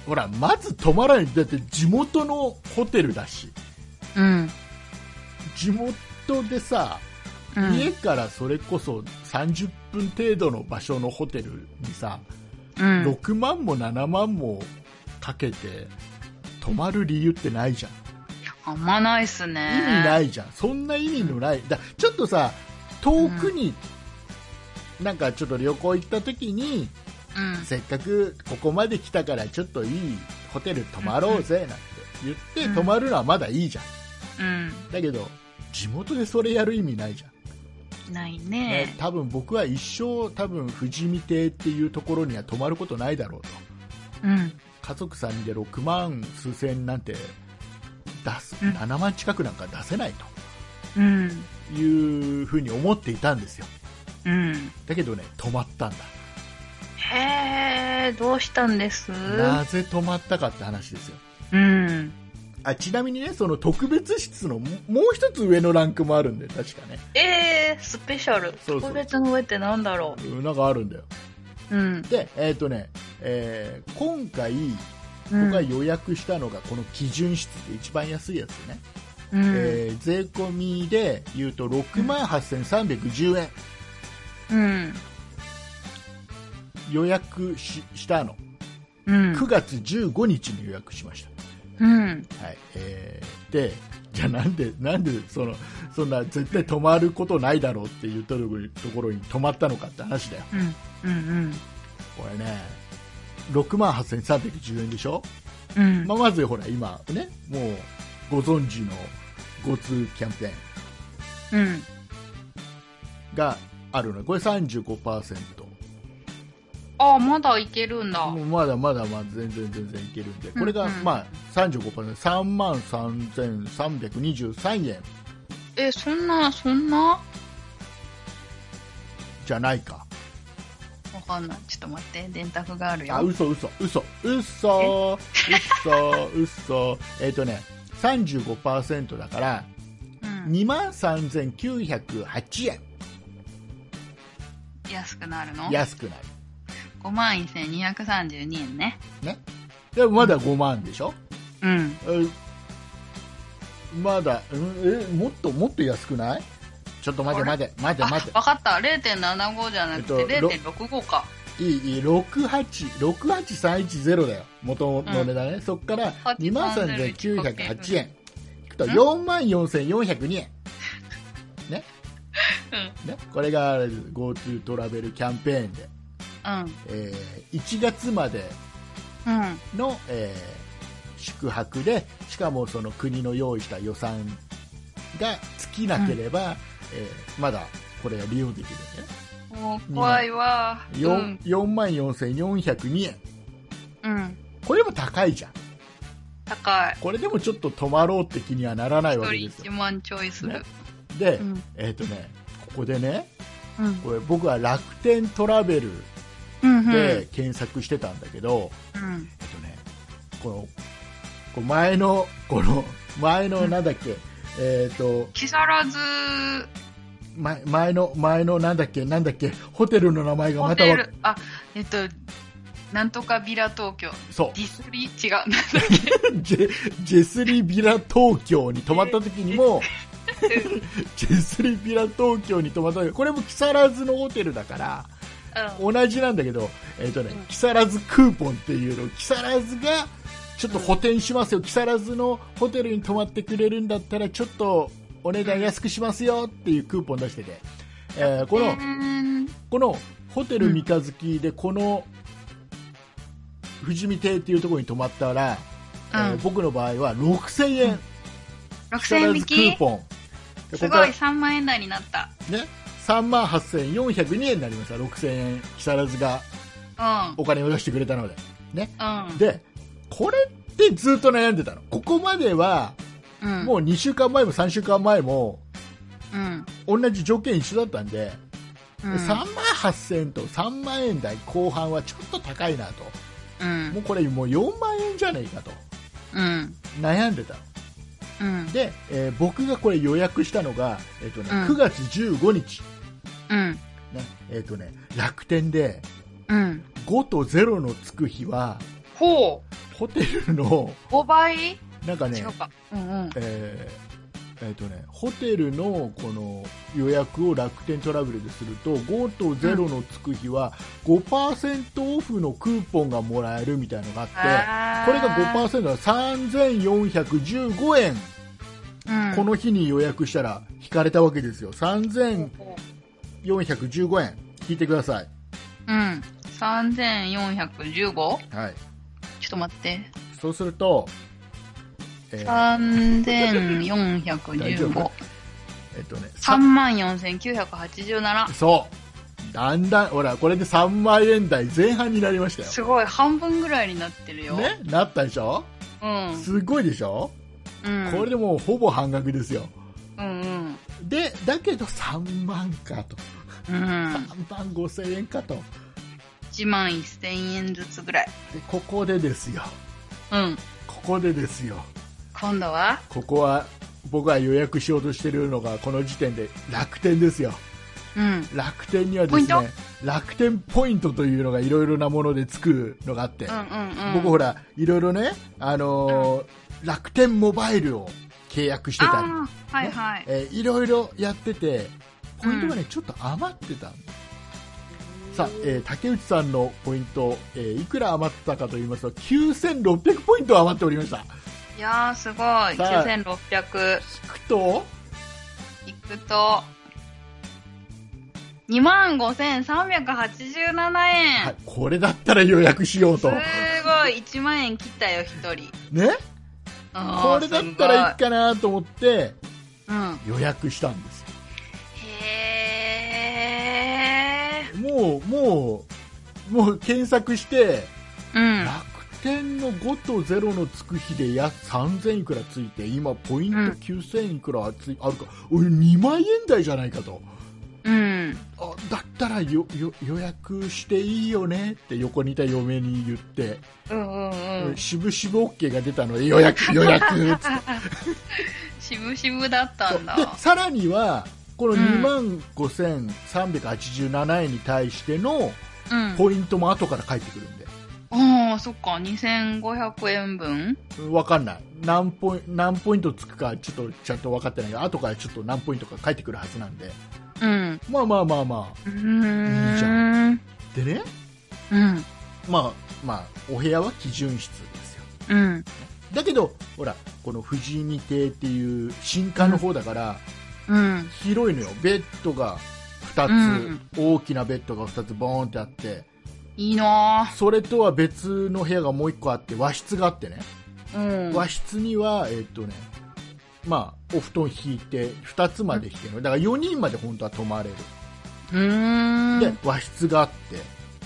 ほらまず泊まらない。だって地元のホテルだし、 うん、 地元でさ、うん、家からそれこそさんじゅっぷん程度の場所のホテルにさ、うん、ろくまんもななまんもかけて泊まる理由ってないじゃん。 あんまないっすね。 意味ないじゃん。そんな意味のない。だちょっとさ、遠くに、うん、なんかちょっと旅行行った時に、うん、せっかくここまで来たからちょっといいホテル泊まろうぜなんて言って泊まるのはまだいいじゃん。うん、だけど地元でそれやる意味ないじゃん。 ないね。 ね、多分僕は一生多分富士見亭っていうところには泊まることないだろうと。うん、家族さんにんでろくまん数千なんて出す、うん、ななまん近くなんか出せないと、うん、いうふうに思っていたんですよ、うん、だけどね泊まったんだ。 へー、どうしたんです？ なぜ泊まったかって話ですよ、うん、あちなみにねその特別室のもう一つ上のランクもあるんで確かね。 えー、スペシャル。そうそう、特別の上ってなんだろう。 なんかあるんだよ、うん、でえっ、ー、とね、えー、今回僕が予約したのがこの基準室で一番安いやつね、うんえー、税込みで言うと ろくまんはっせんさんびゃくじゅうえん、うん、予約 し, したの、うん、くがつじゅうごにちに予約しました、うんはいえー、でじゃあなんでなんでそのそんな絶対泊まることないだろうっていうところに泊まったのかって話だよ、うんうんうん、これねろくまんはっせんさんびゃくじゅうえんでしょ、うんまあ、まずほら今ねもうご存知の GoTo キャンペーン、うん、があるのこれ さんじゅうごパーセント。 ああまだいけるんだ。 もうまだまだまだ全然全然いけるんでこれが、うんうん、まあ さんじゅうごパーセント さんまんさんぜんさんびゃくにじゅうさんえん。 えそんなそんなじゃないかわかんない。ちょっと待って電卓があるよ。 あ嘘嘘嘘嘘嘘嘘えっとね さんじゅうごパーセント だから、うん、にまんさんぜんきゅうひゃくはちえん安くなるの。 安くなる。 ごまんせんにひゃくさんじゅうにえんね。 ねでもまだごまんでしょ。うん、えまだ、えもっともっと安くない？ちょっと待て待て待て待て。 分かった。 れいてんななご じゃなくて、えっと、れいてんろくご か。 いいいいろくはちろくはちさんいちゼロだよ元の値段ね、うん、そっから にまんさんぜんきゅうひゃくはちえんいくと よんまんよんせんよんひゃくにえんね、うん、ねこれが GoTo トラベルキャンペーンで、うんえー、いちがつまでの、うんえー、宿泊でしかもその国の用意した予算が尽きなければ、うんえー、まだこれが利用できるね。 もう怖いわ。 よん,、うん、よんまんよんせんよんひゃくにえん、うん、これも高いじゃん。 高い。 これでもちょっと泊まろうって気にはならないわけですよ。 いちまんちょいする、ね、 で、うん、えっ、ー、とねここでね、うん、これ僕は楽天トラベルで検索してたんだけど、うんうん、えっ、ー、とねこのこの前のこの前のなんだっけ、うん、えっ、ー、と木更津前, 前の前のなんだっけなんだっけホテルの名前がまたわあえっとなんとかビラ東京。 そうディスリ違うなんだっけジェジェスリビラ東京に泊まった時にもジェスリビラ東京に泊まった時これも木更津のホテルだから、うん、同じなんだけどえっ、ー、とね、うん、木更津クーポンっていうの木更津がちょっと補填しますよ、うん、木更津のホテルに泊まってくれるんだったらちょっとお値段安くしますよっていうクーポン出してて、えー、このこのホテル三日月でこの富士見亭っていうところに泊まったら、うんえー、僕の場合はろくせんえん、うん、 ろくせんえん引きクーポンすごいさんまんえん台になった、 ね、さんまんはっせんよんひゃくにえんになりました。ろくせんえん木更津がお金を出してくれたので、ねうん、でこれってずっと悩んでたの。ここまではうん、もうにしゅうかんまえもさんしゅうかんまえも、うん、同じ条件一緒だったんで、うん、さんまんはっせんとさんまんえん台後半はちょっと高いなと、うん、もうこれもうよんまんえんじゃねえかと、うん、悩んでた、うん、で、えー、僕がこれ予約したのが、えーとねうん、くがつじゅうごにち、うんねえーとね、楽天で、うん、ごとゼロのつく日はほうホテルのごばいなんかね、 違うか、うんうん、 えーえーとね、ホテルのこの予約を楽天トラベルでするとごとゼロのつく日は ごパーセント オフのクーポンがもらえるみたいなのがあって、これが ごパーセント はさんぜんよんひゃくじゅうごえん、うん、この日に予約したら引かれたわけですよ。さんぜんよんひゃくじゅうごえん、聞いてください。 うん、さんぜんよんひゃくじゅうご？ はい。 ちょっと待って。 そうすると、 えー、さんぜんよんひゃくじゅうご。 えっとね、 さんまんよんせんきゅうひゃくはちじゅうなな。 そう。だんだん、ほら、これでさんまんえん台前半になりましたよ。 すごい、半分ぐらいになってるよ。 ね、なったでしょ？うん。すごいでしょ？うん。これでもうほぼ半額ですよ。うんうん。で、だけどさんまんかと。うん。さんまんごせんえんかと。いちまんせんえんずつぐらい。 で、ここでですよ。うん。ここでですよ。 今度はここは僕が予約しようとしているのがこの時点で楽天ですよ。うん、楽天にはですね、楽天ポイントというのがいろいろなものでつくのがあって、うんうんうん、僕ほらいろいろね、あのーうん、楽天モバイルを契約してたり、はいはい、えー、いろいろやっててポイントがね、うん、ちょっと余ってたんです。さあ、えー、竹内さんのポイント、えー、いくら余ったかと言いますときゅうせんろっぴゃくポイント余っておりました。 いやーすごい。きゅうせんろっぴゃく。 引くと引くと、にまんごせんさんびゃくはちじゅうななえん。はい、 これだったら予約しようと。 すごい。いちまんえん切ったよ、ひとり。 ね、これだったらいいかなと思って、うん、予約したんですよ。 へー。 もう、もう、もう検索して、うん。楽天のごとゼロのつく日でやさんぜんいくらついて今ポイントきゅうせんいくらつい、うん、あるか、俺にまんえん台じゃないかと、うん、あだったらよよ予約していいよねって横にいた嫁に言って、うんうんうん、しぶしぶ OK が出たので予約予約ってしぶしぶだったんだ。 でさらにはこのにまんごせんさんびゃくはちじゅうななえんに対してのポイントも後から返ってくるんで、 ああ、そっか、にせんごひゃくえんぶんわかんない。何ポイ、何ポイントつくか、ちょっとちゃんと分かってないけど、後からちょっと何ポイントか返ってくるはずなんで。うん。まあまあまあまあ。うーん。いいじゃん。でね。うん。まあまあ、お部屋は基準室ですよ。うん。だけど、ほら、この藤井に亭っていう新館の方だから、うん。広いのよ。ベッドがふたつ、うん、大きなベッドがふたつボーンってあって、 いいな。 それとは別の部屋がもう一個あって和室があってね、うん、和室には、えーっとねまあ、お布団引いてふたつまで引ける、うん、だからよにんまで本当は泊まれる。うーんで和室があって、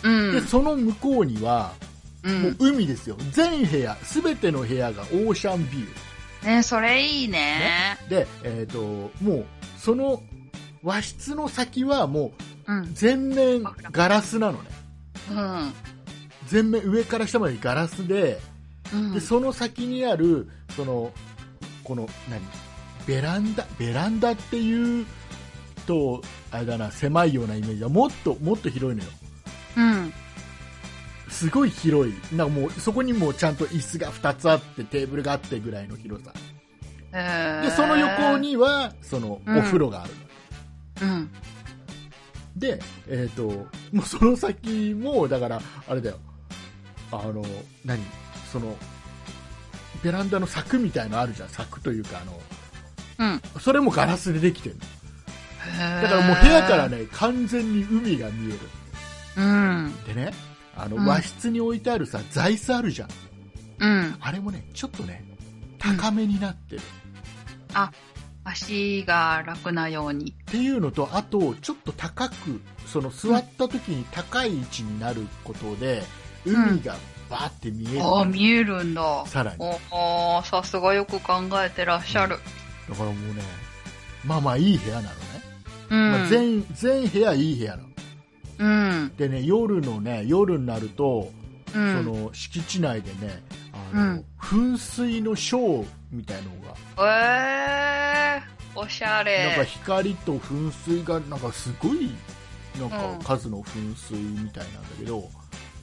うん、でその向こうには、うん、もう海ですよ。全部屋全ての部屋がオーシャンビュー、ね、それいい ね, ねで、えーっともうその和室の先はもう全面ガラスなのね、うん、全面上から下までガラス で,、うん、でその先にあるそのこの何ベランダベランダっていうとあれだな、狭いようなイメージはもっともっと広いのよ、うん、すごい広い。なんかもうそこにもちゃんと椅子がふたつあってテーブルがあってぐらいの広さ、えー、でその横にはそのお風呂があるの、うんうん、で、えーと、もうその先もだからあれだよ、あの何そのベランダの柵みたいのあるじゃん。柵というかあの、うん、それもガラスでできてるの。だからもう部屋からね完全に海が見える、うん、でね、あの和室に置いてあるさ座椅子あるじゃん、うん、あれもねちょっとね高めになってる、 うん、あ、足が楽なようにっていうのと、あとちょっと高くその座った時に高い位置になることで、うん、海がバーって見える、 あ、見えるんだ。 さらにあ、さすがよく考えてらっしゃる、 うん、だからもうねまあまあいい部屋なのね、うん、まあ、全, 全部屋いい部屋なの、うん、でね夜のね夜になると、うん、その敷地内でねあの、うん、噴水のショーみたいのが、 えー、おしゃれ。 なんか光と噴水がなんかすごいなんか数の噴水みたいなんだけど、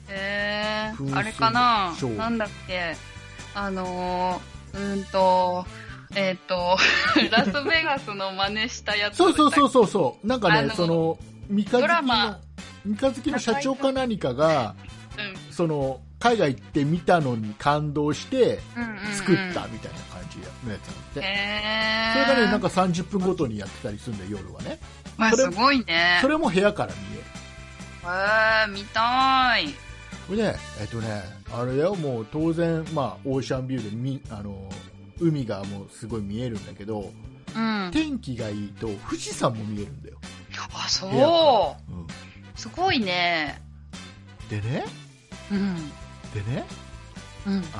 へー、あれかな、なんだっけ、あのー、うーんと、えっ、ー、と、ラスベガスの真似したやつ。 そうそうそうそうそう。なんかね、その、三日月の、三日月の社長か何かが、うん、その、海外行って見たのに感動して、作ったみたいな感じのやつなんで。へー。それがね、なんかさんじゅっぷんごとにやってたりするんだよ、夜はね。 まあ、すごいね。 それも部屋から見える。 へー、見たい。 これね、えっとね、あれだよ、もう当然、まあ、オーシャンビューでみ、あの、海がもうすごい見えるんだけど、うん、天気がいいと富士山も見えるんだよ。 あ、そう、うん、すごいね。 でね、うん、でね、うん、あの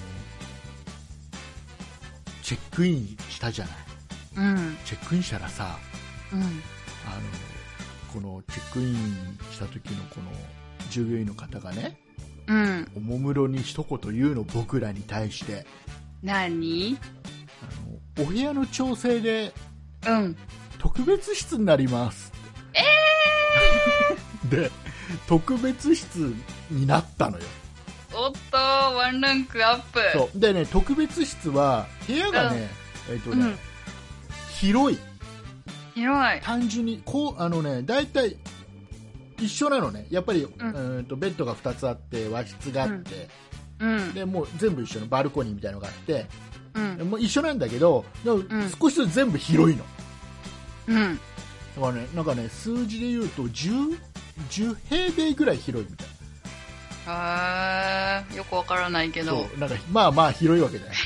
チェックインしたじゃない、うん、チェックインしたらさ、うん、あのこのチェックインした時のこの従業員の方がね、うん、おもむろに一言言うの、僕らに対して。 何？ あのお部屋の調整で、うん、特別室になりますって。えー、で特別室になったのよ。 おっと、ワンランクアップ。 そうでね、特別室は部屋がね、うん、えっとね、うん、広い。 広い。 単純にこう、あのね、だいたい一緒なのね。やっぱり、うん、うんとベッドがふたつあって和室があって、うん、でもう全部一緒のバルコニーみたいなのがあって、うん、もう一緒なんだけど、でも少しずつ全部広いの。うん。だからね、なんかね、数字で言うとじゅう、じゅう平米ぐらい広いみたいな。へー、よくわからないけど。 そう、なんかまあまあ広いわけじゃない。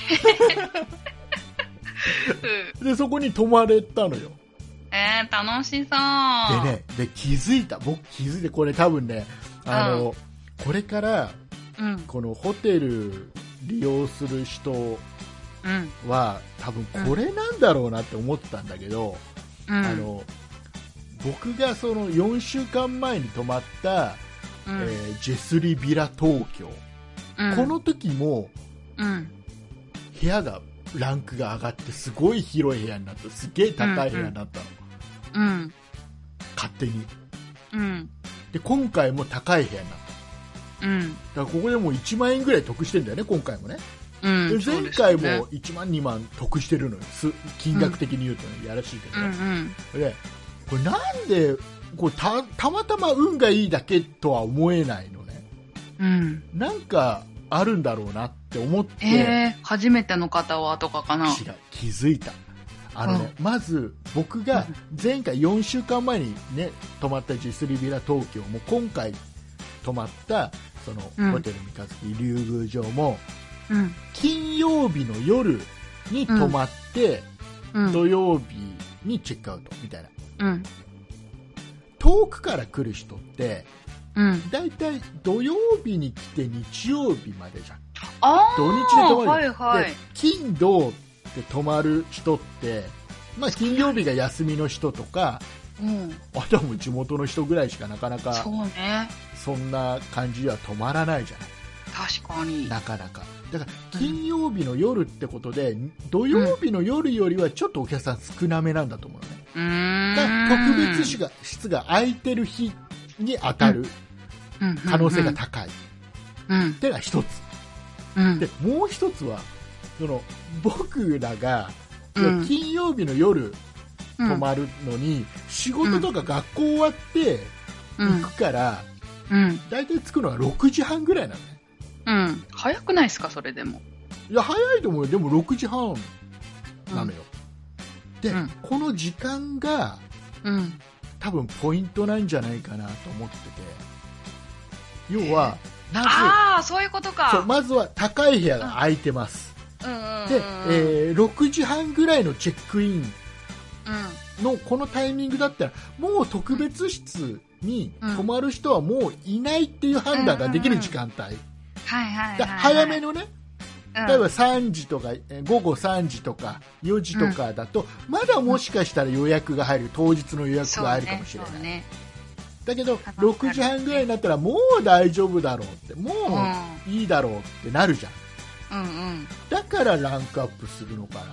うん、でそこに泊まれたのよ。 えー、楽しそう。 でね、で気づいた、僕気づいて、これ多分ね、あの、うん、これから、うん、このホテル利用する人は、うん、多分これなんだろうなって思ってたんだけど、うん、あの僕がそのよんしゅうかんまえに泊まった、うん、えー、ジェスリビラ東京、うん、この時も、うん、部屋がランクが上がってすごい広い部屋になった、すげえ高い部屋になったの、うんうん、勝手に、うん、で今回も高い部屋になった。うん、だからここでもういちまんえんぐらい得してるんだよね、今回もね。うん、で前回もいちまんにまん得してるのよ、金額的に言うとね、うん、やらしいけど、ね、うんうん、でこれなんでこれ た, たまたま運がいいだけとは思えないのね、うん、なんかあるんだろうなって思って、 えー、初めての方はとかかな。 違う、気づいた。あのね、うん、まず僕が前回よんしゅうかんまえにね泊まったジェスリビラ東京も今回泊まったその、うん、ホテル三日月竜宮城も、うん、金曜日の夜に泊まって、うん、土曜日にチェックアウトみたいな、うん、遠くから来る人って、うん、だいたい土曜日に来て日曜日までじゃん。 あ土日で泊まる、 はいはい、 で金土で泊まる人って、まあ、金曜日が休みの人とか、うん、あとはもう地元の人ぐらいしかなかなかそう、ね、 そんな感じでは泊まらないじゃない。 確かになかなかだから金曜日の夜ってことで、うん、土曜日の夜よりはちょっとお客さん少なめなんだと思うね。うーん、だから特別室が、室が空いてる日に当たる可能性が高い、うん、っていうのが一つ、うん、でもう一つはその僕らが、うん、金曜日の夜泊まるのに、うん、仕事とか学校終わって行くから、うん、だいたい着くのはろくじはんぐらいなのね。 うん、早くないですかそれでも。 いや早いと思うよ。でもろくじはんなのよ、うん、で、うん、この時間が、うん、多分ポイントなんじゃないかなと思ってて、要はまず、 ああそういうことか。 そう、まずは高い部屋が空いてます、うん、で、えー、ろくじはんぐらいのチェックインのこのタイミングだったらもう特別室に泊まる人はもういないっていう判断ができる時間帯、早めのね、例えばさんじとかごごさんじとかよじとかだと、うん、まだもしかしたら予約が入る、当日の予約が入るかもしれない、ねね、だけどろくじはんぐらいになったらもう大丈夫だろうって、もういいだろうってなるじゃん、うんうん、だからランクアップするのかなっ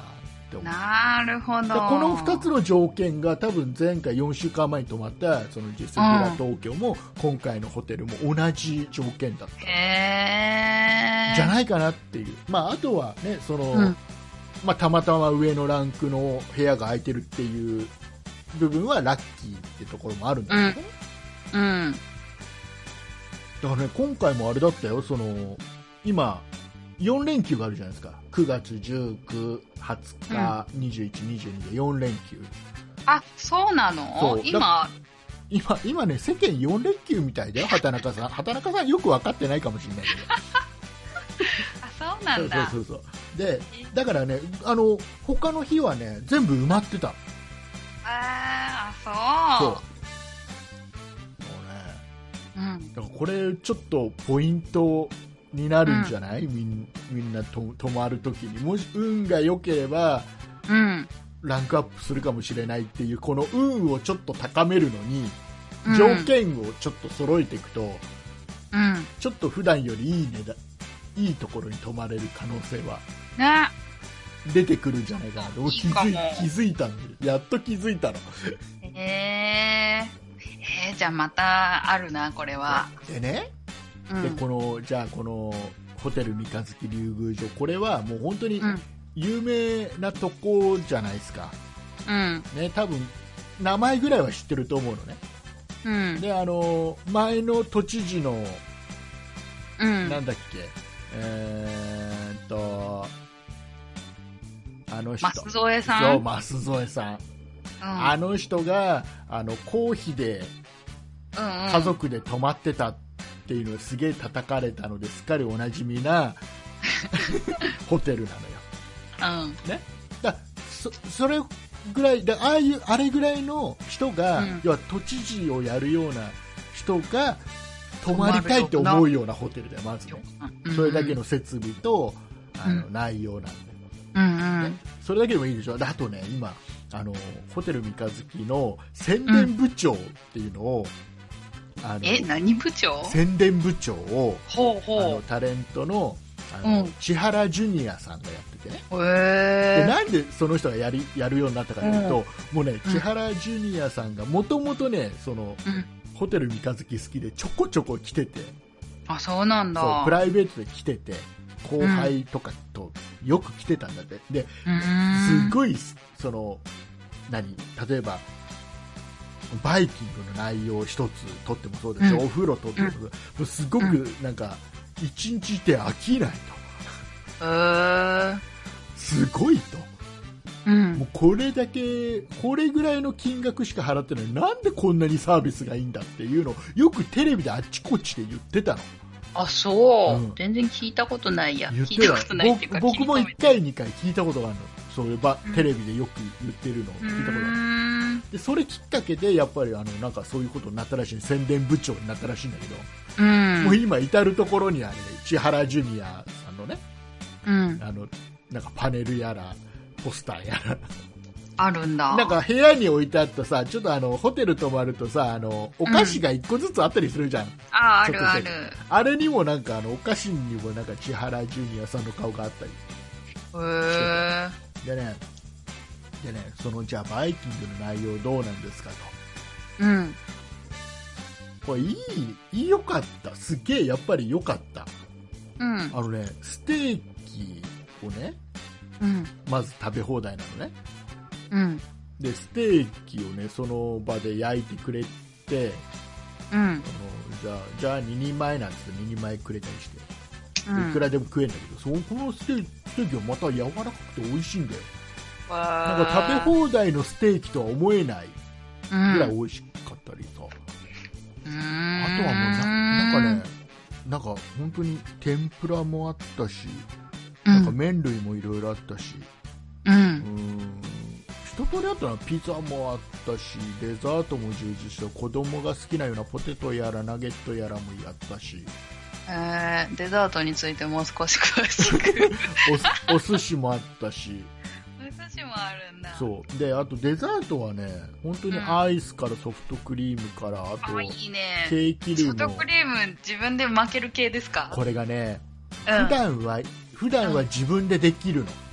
思う。 なるほど。 このふたつの条件が多分前回よんしゅうかんまえに泊まったそのジェスグラ東京も今回のホテルも同じ条件だった、 へー、 じゃないかなっていう。まああとはねその、うんまあ、たまたま上のランクの部屋が空いてるっていう部分はラッキーってところもあるんだけどね、 うん、うん、 だからね今回もあれだったよ。その今よん連休があるじゃないですか。くがつじゅうく、はつか、うん、にじゅういち、にじゅうにでよん連休。 あ、そうなの？今今今ね世間よん連休みたいだよ。畑中さん畑中さんよく分かってないかもしれないけどあ、そうなんだ。 そうそうそうそうでだからねあの他の日はね全部埋まってた。 あー、そうそうね、うん、だからこれちょっとポイントになるんじゃない、うん、みんみんなと泊まるときにもし運が良ければ、 うん、 ランクアップするかもしれないっていうこの運をちょっと高めるのに、うん、条件をちょっと揃えていくと、 うん、 ちょっと普段よりいい値段いいところに泊まれる可能性は出てくるんじゃないかなと気づい、気づいたんでやっと気づいたのへえー、えー、じゃあまたあるなこれは。 でねでこのじゃあこのホテル三日月竜宮城これはもう本当に有名なとこじゃないですか、 うんね、多分名前ぐらいは知ってると思うのね、 うん、 であの前の都知事の、 うん、 なんだっけえー、っとあの人舛添さんそう舛添さん、うん、あの人があの公費で家族で泊まってたっていうのをすげえ叩かれたのですっかりおなじみなホテルなのよ、うんね、だ そ, それぐらいだ あ, あいうあれぐらいの人が、うん、要は都知事をやるような人が泊まりたいって思うようなホテルだよまずね、うん、それだけの設備とあの、うん、内容なんで、 うんうんね、それだけでもいいでしょ。あとね今あのホテル三日月の宣伝部長っていうのを、うんあのえ何部長宣伝部長をほうほうあのタレントの、あの、うん、千原ジュニアさんがやっててね。 へでなんでその人がやりやるようになったかというと、うん、もうね千原ジュニアさんがもともとねその、うん、ホテル三日月好きでちょこちょこ来てて、 あそうなんだ。 そうプライベートで来てて後輩とかとよく来てたんだって。で、すごいその何例えばバイキングの内容一つとってもそうですよ、うん、お風呂とってもそう、うん、もうすごくなんか一日いて飽きないと、うん、 すごいと、 うん、 もうこれだけこれぐらいの金額しか払ってないなんでこんなにサービスがいいんだっていうのをよくテレビであっちこっちで言ってたの。 あそう、うん、全然聞いたことないや。聞いたことないっていうか僕もいっかいにかい聞いたことがあるの。そういうば、うん、テレビでよく言ってるのを聞いたことがある。でそれきっかけでやっぱりあのなんかそういうことになったらしい、宣伝部長になったらしいんだけど、 うん、 もう今至る所にあるね千原ジュニアさんのね、 うん、 あのなんかパネルやらポスターやらあるんだ。 なんか部屋に置いてあったさ、ちょっとあのホテル泊まるとさ、あのお菓子がいっこずつあったりするじゃん、うん、 ああるある。 あれにもなんかあのお菓子にもなんか千原ジュニアさんの顔があったりへえ。でねでねそのじゃあバイキングの内容どうなんですかと。うんこれいいいいよかった。すげえやっぱりよかった。 うんあのねステーキをね、 うん、 まず食べ放題なのね。 うん、 でステーキをねその場で焼いてくれて、 うん、あのじゃあじゃあににんまえなんてににんまえくれたりして、 うん、 いくらでも食えんだけど、そのこのステーキ、ステーキはまた柔らかくて美味しいんだよ。なんか食べ放題のステーキとは思えないぐらい美味しかったりさ、 うん、 あとはもう な, なんかねなんか本当に天ぷらもあったし、うん、なんか麺類もいろいろあったし、 うん、うーん一通りあったのはピザもあったしデザートも充実して、子供が好きなようなポテトやらナゲットやらもやったし、 えー、デザートについてもう少し詳しくお, お寿司もあったしお寿司もあるんだ。 そうで、あとデザートはね本当にアイスからソフトクリームから、うん、あといい、ね、 ケーキ類も。 ソフトクリーム自分で巻ける系ですか？ これがね、 うん、 普段は普段は自分でできるの、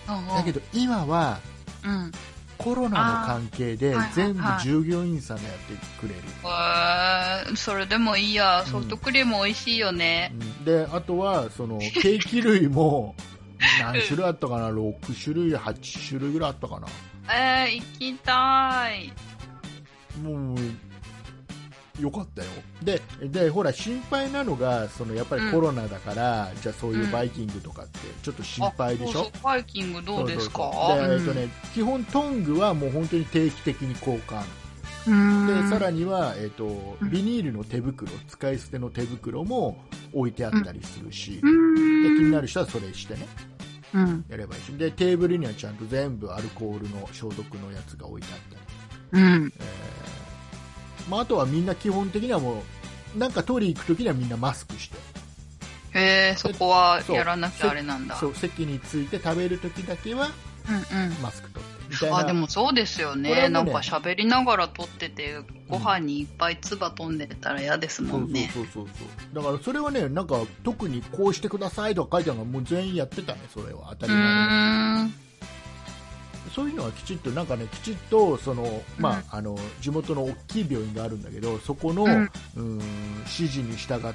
だけど今は、うん、コロナの関係で全部従業員さんがやってくれる。 はいはいはい、それでもいいや。ソフトクリーム美味しいよね。 うん、であとはそのケーキ類も何種類あったかな、ろく種類はち種類ぐらいあったかな。 えー、行きたい。 もうよかったよ。ででほら心配なのがそのやっぱりコロナだから、うん、じゃあそういうバイキングとかってちょっと心配でしょ。うん、 そうそうバイキングどうですか。 そうそうそうで、えっとね、基本トングはもう本当に定期的に交換で、さらには、えっと、ビニールの手袋、使い捨ての手袋も置いてあったりするし、うん、で気になる人はそれしてね、うん、やればいいし、でテーブルにはちゃんと全部アルコールの消毒のやつが置いてあったり、うんえーまあ、あとはみんな基本的にはもうなんかトイレ行くときにはみんなマスクして、 へえ、そこはやらなきゃあれなんだ。 そう席について食べるときだけはマスク取ってみたいな。 あ、でもそうですよ ね, ねなんか喋りながら取っててご飯にいっぱい唾飛んでたら嫌ですもんね。 そうそうそうそうだからそれはねなんか特にこうしてくださいとか書いてあるのがもう全員やってたね。それは当たり前に。そういうのはきちっとなんかねきちっとその、まあ、うん、あの地元の大きい病院があるんだけどそこの、うん、うん指示に従った、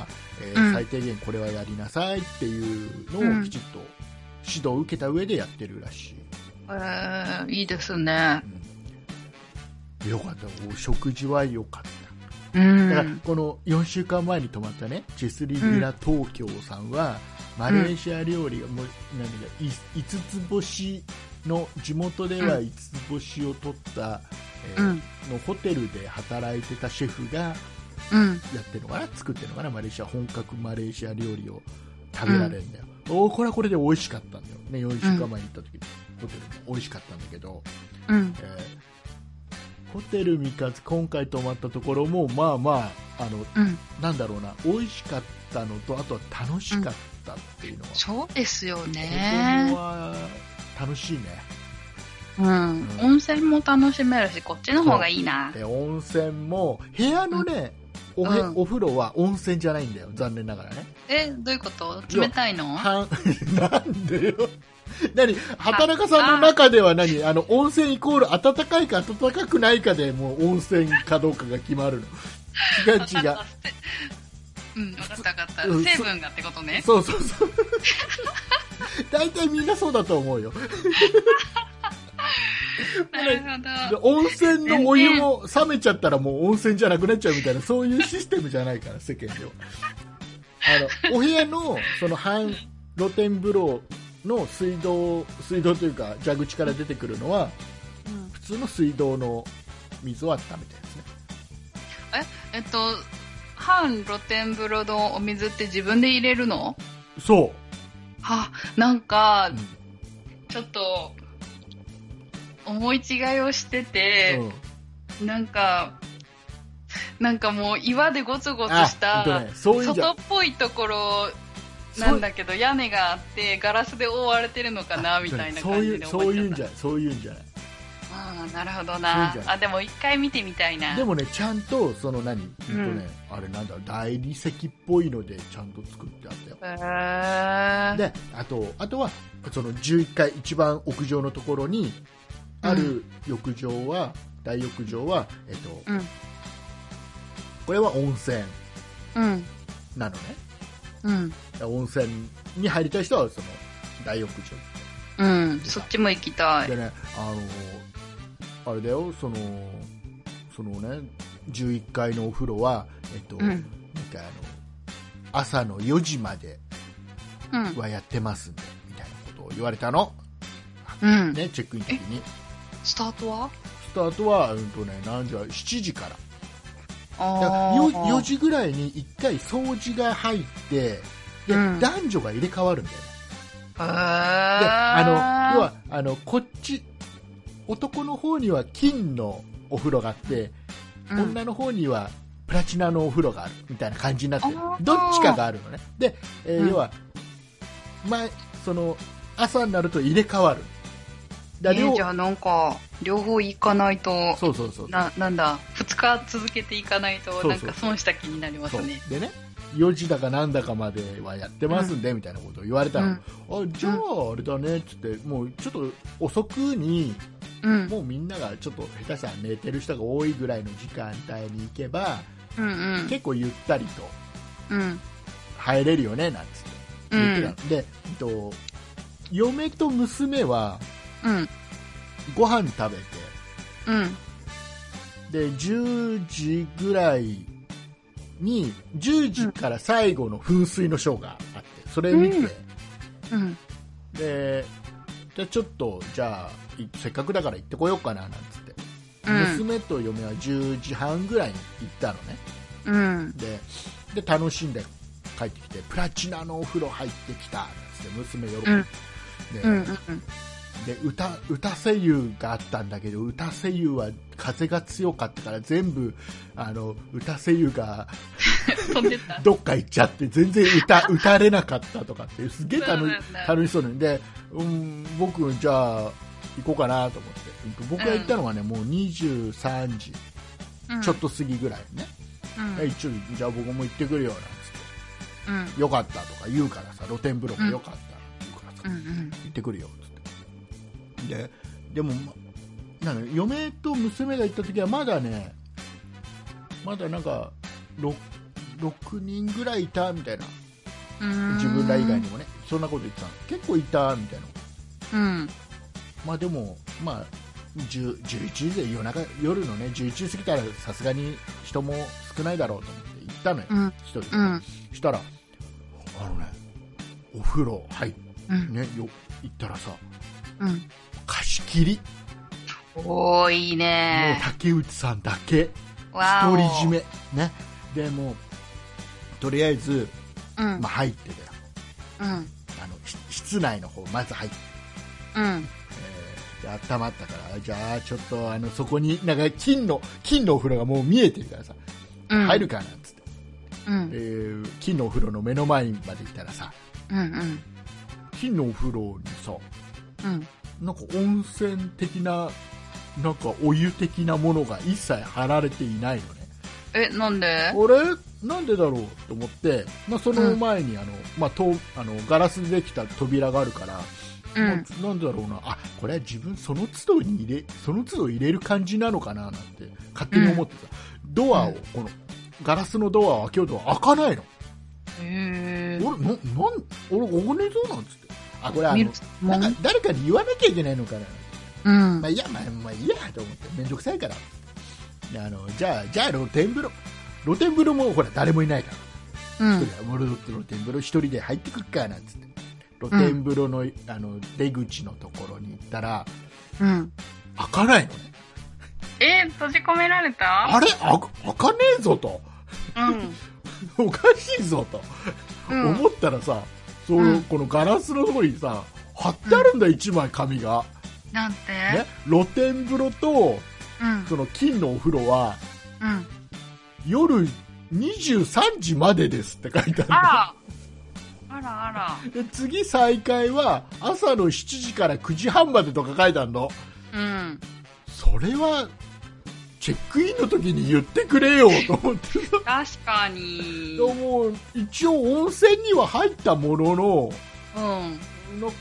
えーうん、最低限これはやりなさいっていうのをきちっと指導を受けた上でやってるらしい。 えー、いいですね、 うん、よかった。食事はよかった、うん、だからこのよんしゅうかんまえに泊まったねチェスリビラ東京さんは、うん、マレーシア料理がもう何かいつつ星の地元ではいつつ星を取った、うんえー、のホテルで働いてたシェフがやってるのかな、作ってるのかな、マレーシア本格マレーシア料理を食べられるんだよ、うん、おこれはこれで美味しかったんだよね。よんしゅうかんまえに行った時に、うん、ホテルも美味しかったんだけど、うんえー、ホテル三日月今回泊まったところもまあまああの、うん、なんだろうな美味しかったのとあとは楽しかったっていうのは、うん、 そうですよね。 子供は楽しいね、 うんうん、温泉も楽しめるしこっちの方がいいな。 で温泉も部屋のね、うん、お, へお風呂は温泉じゃないんだよ残念ながらね。 えどういうこと？冷たいの？ なんでよ何畑中さんの中では何あの温泉イコール暖かいか暖かくないかでもう温泉かどうかが決まるの。違う違ううん、分かった分かった、うん、成分がってことね。 そうそうそう大体みんなそうだと思うよなるほど。 温泉のお湯も冷めちゃったらもう温泉じゃなくなっちゃうみたいなそういうシステムじゃないから世間ではあのお部屋のその半露天風呂の水道水道というか蛇口から出てくるのは、うん、普通の水道の水を温めてるんですね。 ええっと半露天風呂のお水って自分で入れるの？ そうはなんか、うん、ちょっと思い違いをしてて、うん、なんかなんかもう岩でゴツゴツした、ね、外っぽいところなんだけど屋根があってガラスで覆われてるのかなみたいな感じで思っちゃった。 そういうんじゃないそういうんじゃない。 ああなるほどな。あでも一回見てみたいな。 でもねちゃんとその何、うんとね、あれなんだ大理石っぽいのでちゃんと作ってあったよ。へー。であとあとはそのじゅういっかい一番屋上のところにある浴場は、うん、大浴場はえっと、うん、これは温泉なのね。うん。温泉に入りたい人はその大浴場。うん。そっちも行きたい。 でねあのあれだよそのそのねじゅういっかいのお風呂はえっと、うん、なんかあの朝のよじまではやってますんで、うん、みたいなことを言われたの。うんねチェックインの時に。 スタートは？ スタートはうんとね何時はしちじから。あだから よ, よじぐらいにいっかい掃除が入ってで、うん、男女が入れ替わるんだよね。であの要はあのこっち男の方には金のお風呂があって、うん、女の方にはプラチナのお風呂があるみたいな感じになってる。どっちかがあるのね。で、えーうん、要は前その朝になると入れ替わる。 だえー、じゃあなんか両方行かないとそうそうそうななんだふつか続けていかないとなんか損した気になりますね。 そうでねよじだかなんだかまではやってますんで、うん、みたいなことを言われたの、うん、あじゃああれだねっつってもうちょっと遅くに、うん、もうみんながちょっと下手したら寝てる人が多いぐらいの時間帯に行けば、うんうん、結構ゆったりと入れるよねなんつって言ってた、うん、で、えっと、嫁と娘は、うん、ご飯食べて、うん、でじゅうじぐらいにじゅうじから最後の噴水のショーがあってそれ見て、うんうん、でじゃちょっとじゃあせっかくだから行ってこようかななんつって、うん、娘と嫁はじゅうじはんぐらいに行ったのね、うん、で, で楽しんで帰ってきてプラチナのお風呂入ってきたなんつって娘喜んで、うんでうんうん、で 歌, 歌声優があったんだけど歌声優は風が強かったから全部あの歌声優が飛んでたどっか行っちゃって全然 歌, 歌れなかったとかってすげえ 楽, 楽しそうなんで、うん、僕じゃあ行こうかなと思って僕が行ったのはね、うん、もうにじゅうさんじちょっと過ぎぐらいね、うん、一応じゃあ僕も行ってくるよなんつって、うん、よかったとか言うからさ露天風呂もよかった、うんうん、行ってくるよってででもなんか嫁と娘が行った時はまだねまだなんか 6, ろくにんぐらいいたみたいな自分ら以外にもねそんなこと言ってた結構いたみたいな、うん、まあでもまあじゅういちじで夜中夜のねじゅういちじ過ぎたらさすがに人も少ないだろうと思って行ったのよ、うん、一人で、うん、したらあのねお風呂入ってうんね、よ行ったらさ、うん、貸し切りおーいいねもう竹内さんだけ独り占めねでもとりあえず、うんまあ、入ってたよ、うん、あの室内の方まず入って、うんえー、で温まったからじゃあちょっとあのそこになんか金の金のお風呂がもう見えてるからさ、うん、入るかなっつって、うんえー、金のお風呂の目の前まで行ったらさ、うんうん金のお風呂にさ、うん、なんか温泉的ななんかお湯的なものが一切貼られていないのね。 え、なんで？あれなんでだろうと思って、まあ、その前にあの、うんまあ、とあのガラスでできた扉があるから、うんまあ、なんでだろうなあこれは自分その都度に入れその都度入れる感じなのかななんて勝手に思ってさ、うん、ドアを、うん、このガラスのドアを開けようと開かないの。へー俺ななん俺ここねそうなんつってあこれあのなんか誰かに言わなきゃいけないのかな、うんまあ、いやまあまあいいやと思ってめんどくさいからあのじゃあじゃあ露天風呂露天風呂もほら誰もいないから、うん、一人で露天風呂一人で入ってくっかなんつって露天風呂の、うん、あの出口のところに行ったら、うん、開かないのね。 えー、閉じ込められた？ あれ開かねえぞと、うん、おかしいぞと、うん、思ったらさそう、うん、このガラスのところにさ貼ってあるんだ、うん、いちまい紙がなんて、 ね、露天風呂と、うん、その金のお風呂は、うん、夜にじゅうさんじまでですって書いてあるんだ。 あらあらあらで次再開は朝のしちじからくじはんまでとか書いてあるの、うん、それはチェックインの時に言ってくれよと思って確かにでも一応温泉には入ったものの、うん、なんか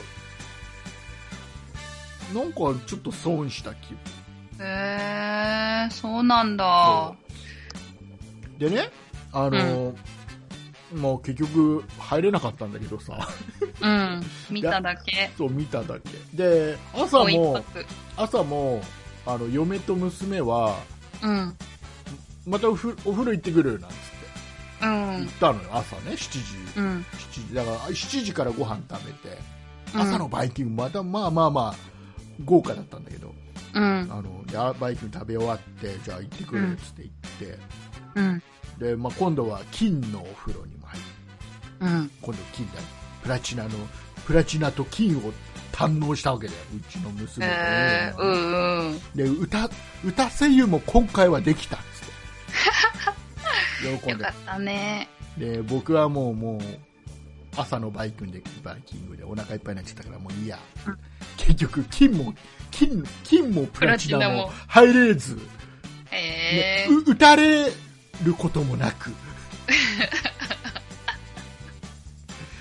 なんかちょっと損した気分。 へーそうなんだ。 でねあの、うん、もう結局入れなかったんだけどさうん見ただけそう見ただけで朝も朝もあの嫁と娘は、うん、またお風呂行ってくるなんつって、うん、行ったのよ朝ねしちじ、うん、しちじだからしちじからご飯食べて、うん、朝のバイキングまたまあまあまあ豪華だったんだけど、うん、あのでバイキング食べ終わってじゃあ行ってくるっつって行って、うんでまあ、今度は金のお風呂にも入って、うん、今度金だプラチナのプラチナと金を堪能したわけだようちの娘、えーうんうん、で 歌, 歌声優も今回はできたっつって喜んでよかったね。 で僕はもうもう朝のバイキングでバイキングでお腹いっぱいになっちゃったからもういいや、うん、結局金も 金, 金もプラチナも入れず、えーね、打たれることもなく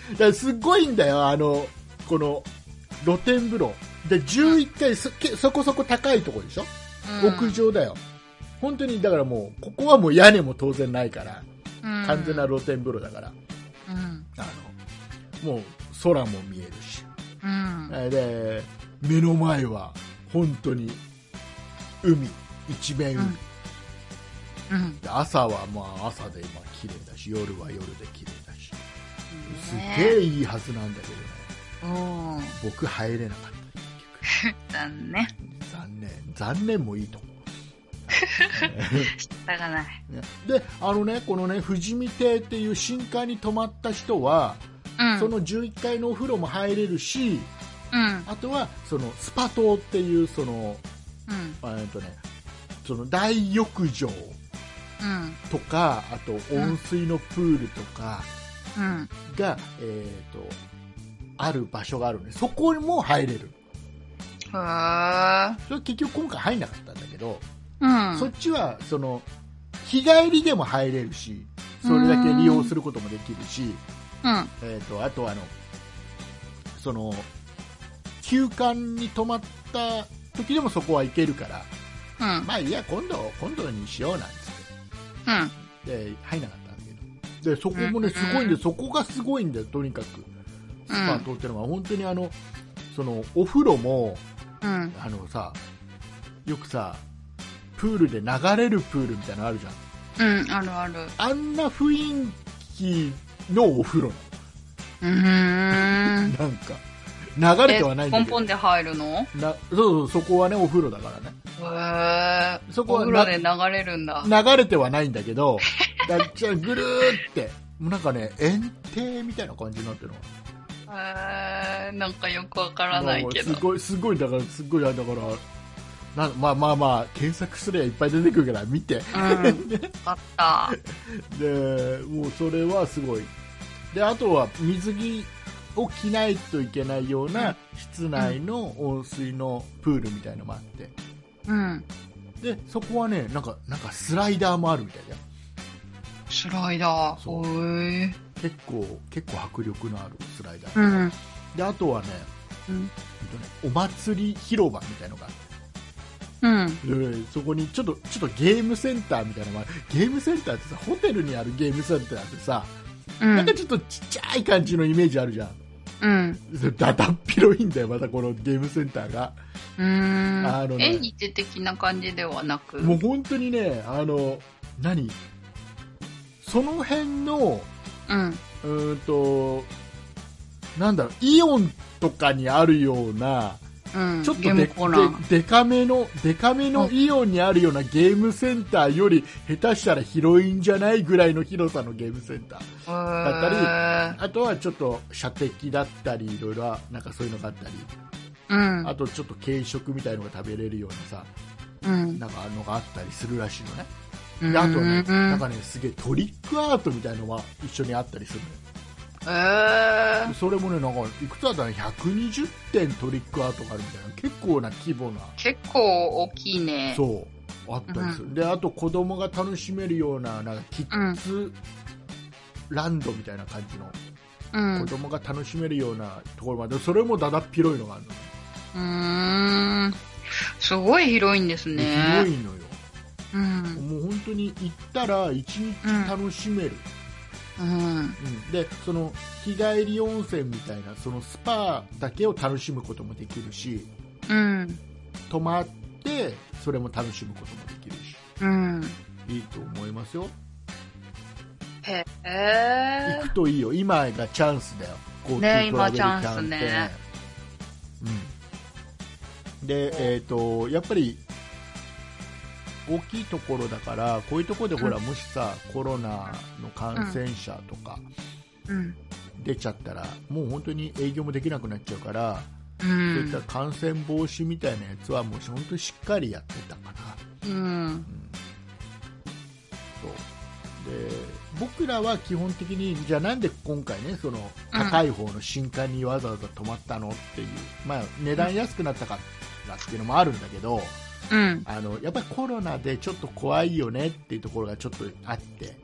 だからすごいんだよ、あのこの露天風呂でじゅういっかい そ, そこそこ高いところでしょ、うん、屋上だよ。本当にだからもうここはもう屋根も当然ないから、うん、完全な露天風呂だから、うん、あのもう空も見えるし、うん、で目の前は本当に海、一面海、うんうん、で朝はまあ朝で今綺麗だし、夜は夜で綺麗だし、すげえいいはずなんだけどね、僕入れなかった残念残念残念もいいと思う仕方がない。 であのね、このね富士見亭っていう新館に泊まった人は、うん、そのじゅういっかいのお風呂も入れるし、うん、あとはそのスパ棟っていうその、うん、えっとね、その大浴場とか、あと温水のプールとかが、うん、えー、とある場所があるので、そこにも入れる。へー。それ結局今回入んなかったんだけど、うん、そっちはその日帰りでも入れるし、それだけ利用することもできるし、うん、えー、とあとはあのその休館に泊まった時でもそこは行けるから、うん、まあいや今度今度にしようなんつって、うん、で入んなかったんだけど、でそこもねすごいんで、うん、そこがすごいんだよ。とにかくスパ通ってのは本当にあのそのお風呂も、うん、あのさ、よくさプールで流れるプールみたいなのあるじゃん。うん、あるある。 あんな雰囲気のお風呂なの。うーんなんか流れてはないんだけど。 ポンポンで入るの？ な、そうそう、そこはねお風呂だからね。へー。そこはお風呂で流れるんだ。 流れてはないんだけど、だじゃあぐるーってもうなんかね園庭みたいな感じになってるの。 へー、なんかよくわからないけど。 すごいすごいだからすごいだからな、まあまあまあ検索すればいっぱい出てくるから見て。うん。 あった。 でもうそれはすごい。であとは水着を着ないといけないような室内の温水のプールみたいなのもあって、うん、でそこはねなんかなんかスライダーもあるみたいだよ。 スライダー。 そう。へー。結構結構迫力のあるスライダー、うん、であとはね、うん、お祭り広場みたいのがあって、うん、でそこにちょっとちょっとゲームセンターみたいなのが、ゲームセンターってさホテルにあるゲームセンターってさ、うん、なんかちょっとちっちゃい感じのイメージあるじゃん。うん、だだっ広いんだよまたこのゲームセンターが。 うーん、あの、ね、縁日的な感じではなく、 もう本当にね、あの何その辺のうん、うーんとなんだろう、イオンとかにあるような、うん、ちょっと で, で, でかめのでかめのイオンにあるようなゲームセンターより下手したら広いんじゃないぐらいの広さのゲームセンターだったり、あとはちょっと射的だったりいろいろなんかそういうのがあったり、うん、あとちょっと軽食みたいのが食べれるようなさ、うん、なんかあのがあったりするらしいのね。であとね、なんかねすげえトリックアートみたいのが一緒にあったりするのよ。えー、それもねなんかいくつあったらひゃくにじゅってんトリックアートがあるみたいな、結構な規模な、 結構大きいね。 そうあったりする、うん、であと子供が楽しめるようななんかキッズランドみたいな感じの、うん、子供が楽しめるようなところまで、それもだだっ広いのがあるの。 うーん、すごい広いんですね。 広いのよ、うん、もう本当に行ったら一日楽しめる、うんうん、でその日帰り温泉みたいなそのスパだけを楽しむこともできるし、うん、泊まってそれも楽しむこともできるし、うん、いいと思いますよ。 へえ、 行くといいよ、今がチャンスだよ。 ね、今チャンスね、 うん、でえっ、ー、とやっぱり大きいところだからこういうところでほら、うん、もしさコロナの感染者とか出ちゃったら、うん、もう本当に営業もできなくなっちゃうから、うん、そういった感染防止みたいなやつはもう本当にしっかりやってたかな、うんうん、そうで僕らは基本的にじゃあなんで今回ねその高い方の新館にわざわざ泊まったのっていう、まあ、値段安くなったからっていうのもあるんだけど、うん、あのやっぱりコロナでちょっと怖いよねっていうところがちょっとあって、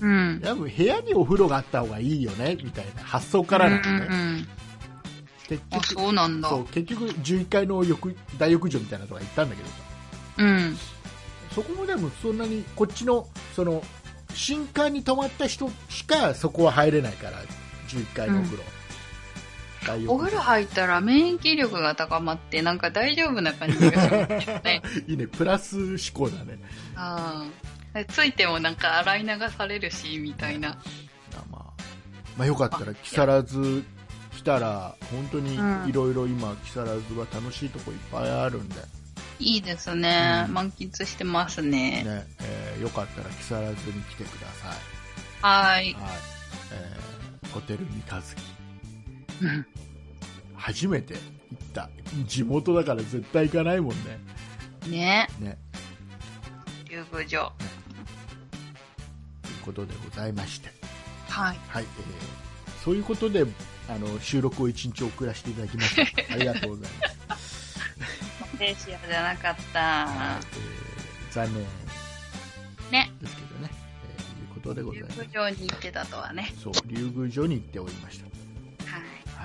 うん、 やっぱ部屋にお風呂があった方がいいよねみたいな発想からなんですね、うんうん、 結局あそうなんだ。そう結局じゅういっかいの浴大浴場みたいなとこ行ったんだけどさ、 うん、 そこもでもそんなにこっちのその新館に泊まった人しかそこは入れないからじゅういっかいのお風呂、 うん、お風呂入ったら免疫力が高まってなんか大丈夫な感じがしますよねいいね、プラス思考だね。 あついてもなんか洗い流されるしみたいな、 まあ、まあよかったら木更津来たら本当にいろいろ今木更津は楽しいとこいっぱいあるんで、 いいですね、うん、満喫してますね。 ね、えー、よかったら木更津に来てください。 はい、はい、 えー、ホテル三日月、うん、初めて行った。地元だから絶対行かないもんね。 ね。 ね。 竜宮城。ね、 ということでございまして。 はい。 はい。えー、そういうことであの収録を一日遅らせていただきました。ありがとうございます。 マレーシアじゃなかった。はい、 えー、残念。 ね。 ですけどね。えー、いうことでございます。 竜宮城に行ってたとはね。 そう、竜宮城に行っておりました。 はい。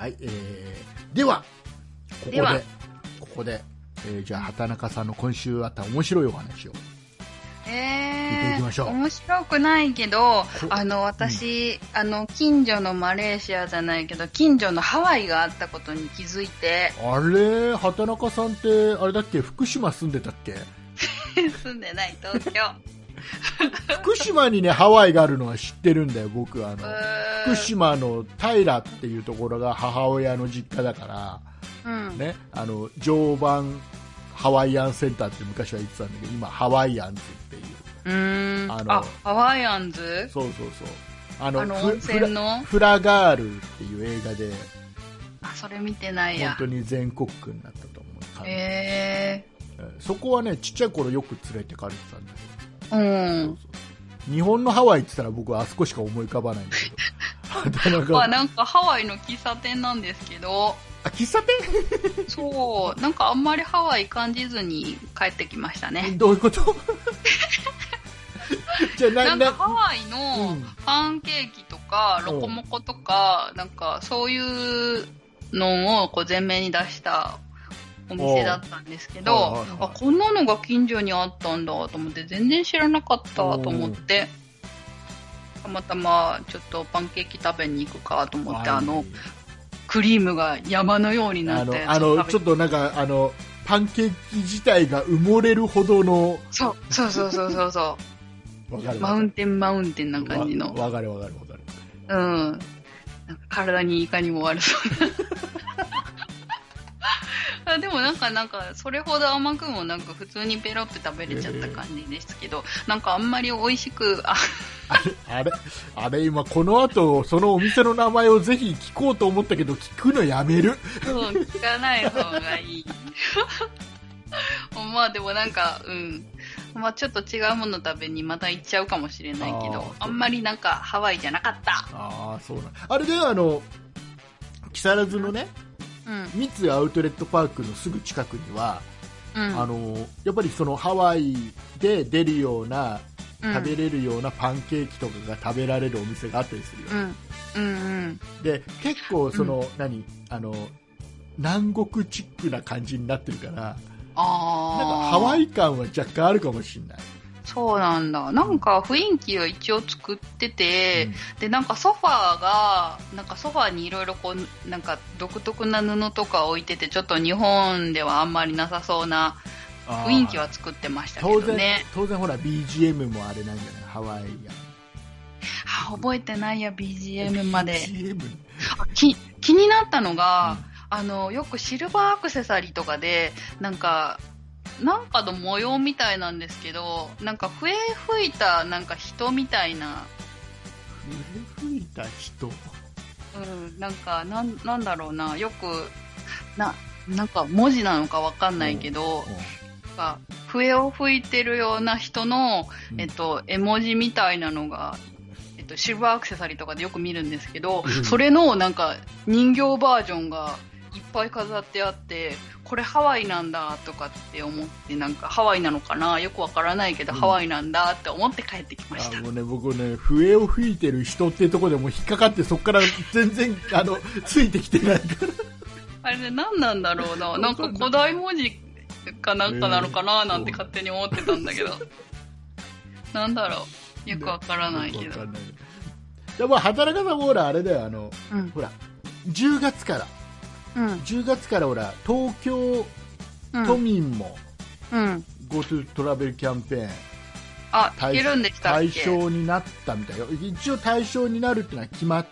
はい、えー、ではここでここで、えー、じゃあ畑中さんの今週あった面白いお話を聞いていきましょう。 えー、面白くないけど、あの私、うん、あの近所のマレーシアじゃないけど近所のハワイがあったことに気づいて。 あれ、畑中さんってあれだっけ、福島住んでたっけ？ 住んでない、東京。 福島にねハワイがあるのは知ってるんだよ僕。あの福島の平っていうところが母親の実家だから、うんね、あの常磐ハワイアンセンターって昔は言ってたんだけど今ハワイアンズっていう、 うーん、あのあハワイアンズ、 そうそうそう、あのあの温泉のフラガールっていう映画で、 あそれ見てないや、 本当に全国区になったと思う。 へー、そこはねちっちゃい頃よく連れてかれてたんだけど、 うん、そうそう、日本のハワイって言ったら僕はあそこしか思い浮かばないんだけどまあなんかハワイの喫茶店なんですけど、 あ、喫茶店そうなんかあんまりハワイ感じずに帰ってきましたね。 どういうことじゃあ な, なんかハワイのパンケーキとか、うん、ロコモコとかなんかそういうのをこう前面に出したお店だったんですけど、はいはいはい、あこんなのが近所にあったんだと思って全然知らなかったと思って、たまたまちょっとパンケーキ食べに行くかと思って、あのクリームが山のようになったやつあのあのちょっとなんかあのパンケーキ自体が埋もれるほどの、 そうそうそうそうそうそうわかるマウンテンマウンテンな感じの、 わかるわかるわかる、 うん、なんか体にいかにも悪そうなでもなんかなんかそれほど甘くもなんか普通にペロって食べれちゃった感じですけど、えー、なんかあんまり美味しくああれあれ今この後そのお店の名前をぜひ聞こうと思ったけど聞くのやめる。 そう聞かない方がいいまあでもなんかうんまあちょっと違うもの食べにまた行っちゃうかもしれないけど、 あ, あんまりなんかハワイじゃなかった。 ああそうなんあれであの木更津のね、うん、三井アウトレットパークのすぐ近くには、うん、あのやっぱりそのハワイで出るような、うん、食べれるようなパンケーキとかが食べられるお店があったりするよ、 うんうんうん、 で結構その、うん、何あの南国チックな感じになってるからあなんかハワイ感は若干あるかもしれない。 そうなんだ。なんか雰囲気を一応作ってて、うん、でなんかソファーがなんかソファーにいろいろこうなんか独特な布とか置いててちょっと日本ではあんまりなさそうな雰囲気は作ってましたけどね。 当然当然ほら ビージーエム もあれなんじゃないハワイアン。 あ覚えてないや ビージーエム まで。 ビージーエムあき気になったのが、うん、あのよくシルバーアクセサリーとかでなんかなんかの模様みたいなんですけどなんか笛吹いたなんか人みたいな笛吹いた人うんなんかなん、なんだろうなよくな、なんか文字なのかわかんないけどなんか笛を吹いてるような人の、えっと、絵文字みたいなのがえっと、シルバーアクセサリーとかでよく見るんですけど、うん、それのなんか人形バージョンがいっぱい飾ってあって、これハワイなんだとかって思って、なんかハワイなのかな、よくわからないけど、うん、ハワイなんだって思って帰ってきました。 あもうね、僕ね、笛を吹いてる人っていうところでもう引っかかって、そこから全然あのついてきてないからあれね、何なんだろうな、なんか古代文字かなんかなのかななんて勝手に思ってたんだけど、なんだろう、よくわからないけど、ね、 でも働かさんもほらあれだよ、あの、うん、ほらじゅうがつから、うん、じゅうがつからほら東京都民も、うん、GoTo トラベルキャンペーン、 あ、いけるんでしたっけ？ 対象になったみたいよ。一応対象になるっていうのは決まって、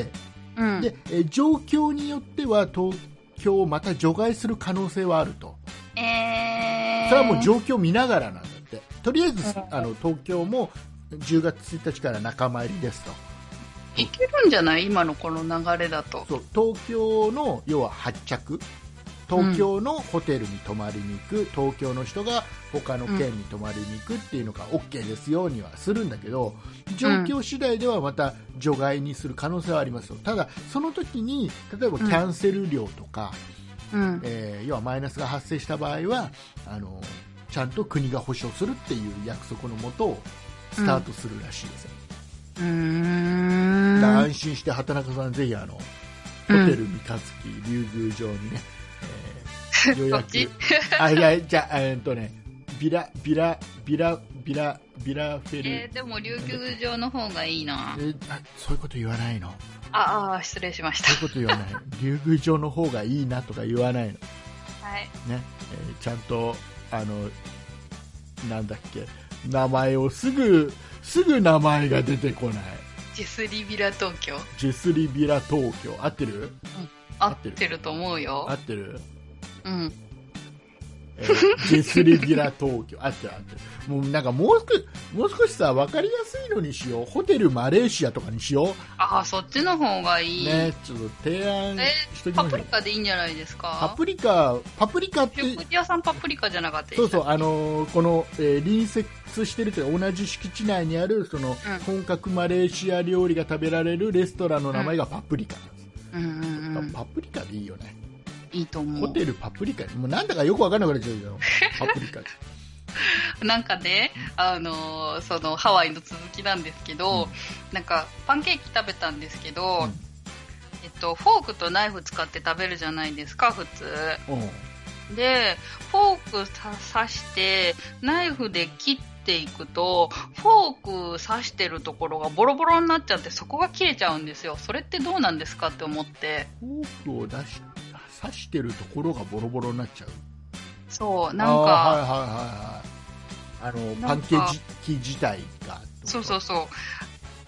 うん、でえ状況によっては東京をまた除外する可能性はあると。 えー、 それはもう状況を見ながらなんだって。とりあえず、うん、あの東京もじゅうがつついたちから仲間入りですと。 いけるんじゃない？今のこの流れだと。 そう、東京の要は発着、東京のホテルに泊まりに行く、うん、東京の人が他の県に泊まりに行くっていうのが OK ですよにはするんだけど、状況次第ではまた除外にする可能性はありますよ。ただその時に例えばキャンセル料とか、うん、えー、要はマイナスが発生した場合はあのちゃんと国が保証するっていう約束のもとスタートするらしいですよ。 うーん、 だから安心して畑中さんぜひあのホテル三日月竜宮城にね、えー、予約あいやじゃあえー、っとねビラビラビラビラビラフェル、 えー、でも竜宮城の方がいいな、 えー、あそういうこと言わないの。 ああ失礼しました。 そういうこと言わない竜宮城の方がいいなとか言わないの。 はいね、えー、ちゃんとあのなんだっけ名前をすぐすぐ名前が出てこない。 ジェスリビラ東京。 ジェスリビラ東京合ってる？うん、 合ってると思うよ。 合ってる？ うん。 えー、ジェスリビラ東京合ってる合ってる。もうなんかもう少しもう少しさ分かりやすいのにしよう。ホテルマレーシアとかにしよう。 ああそっちの方がいい。 ねちょっと提案しときましょう。 パプリカでいいんじゃないですか。 パプリカパプリカって食事屋さんパプリカじゃなかったでしたっけ？そうそうあのー、この、えー、隣接してるという同じ敷地内にあるその、うん、本格マレーシア料理が食べられるレストランの名前がパプリカなんです。うんうんうん、パプリカでいいよね。 いいと思う。 ホテルパプリカもうなんだかよく分かんなくなっちゃうよパプリカなんかね、あのー、そのハワイの続きなんですけど、うん、なんかパンケーキ食べたんですけど、うん、えっと、フォークとナイフ使って食べるじゃないですか普通、うん、でフォーク刺してナイフで切っていくとフォーク刺してるところがボロボロになっちゃってそこが切れちゃうんですよ。それってどうなんですかって思って。 フォークを出し刺してるところがボロボロになっちゃう。 そうなんかはいはいはいはいあのパンケーキ自体がそうそうそう、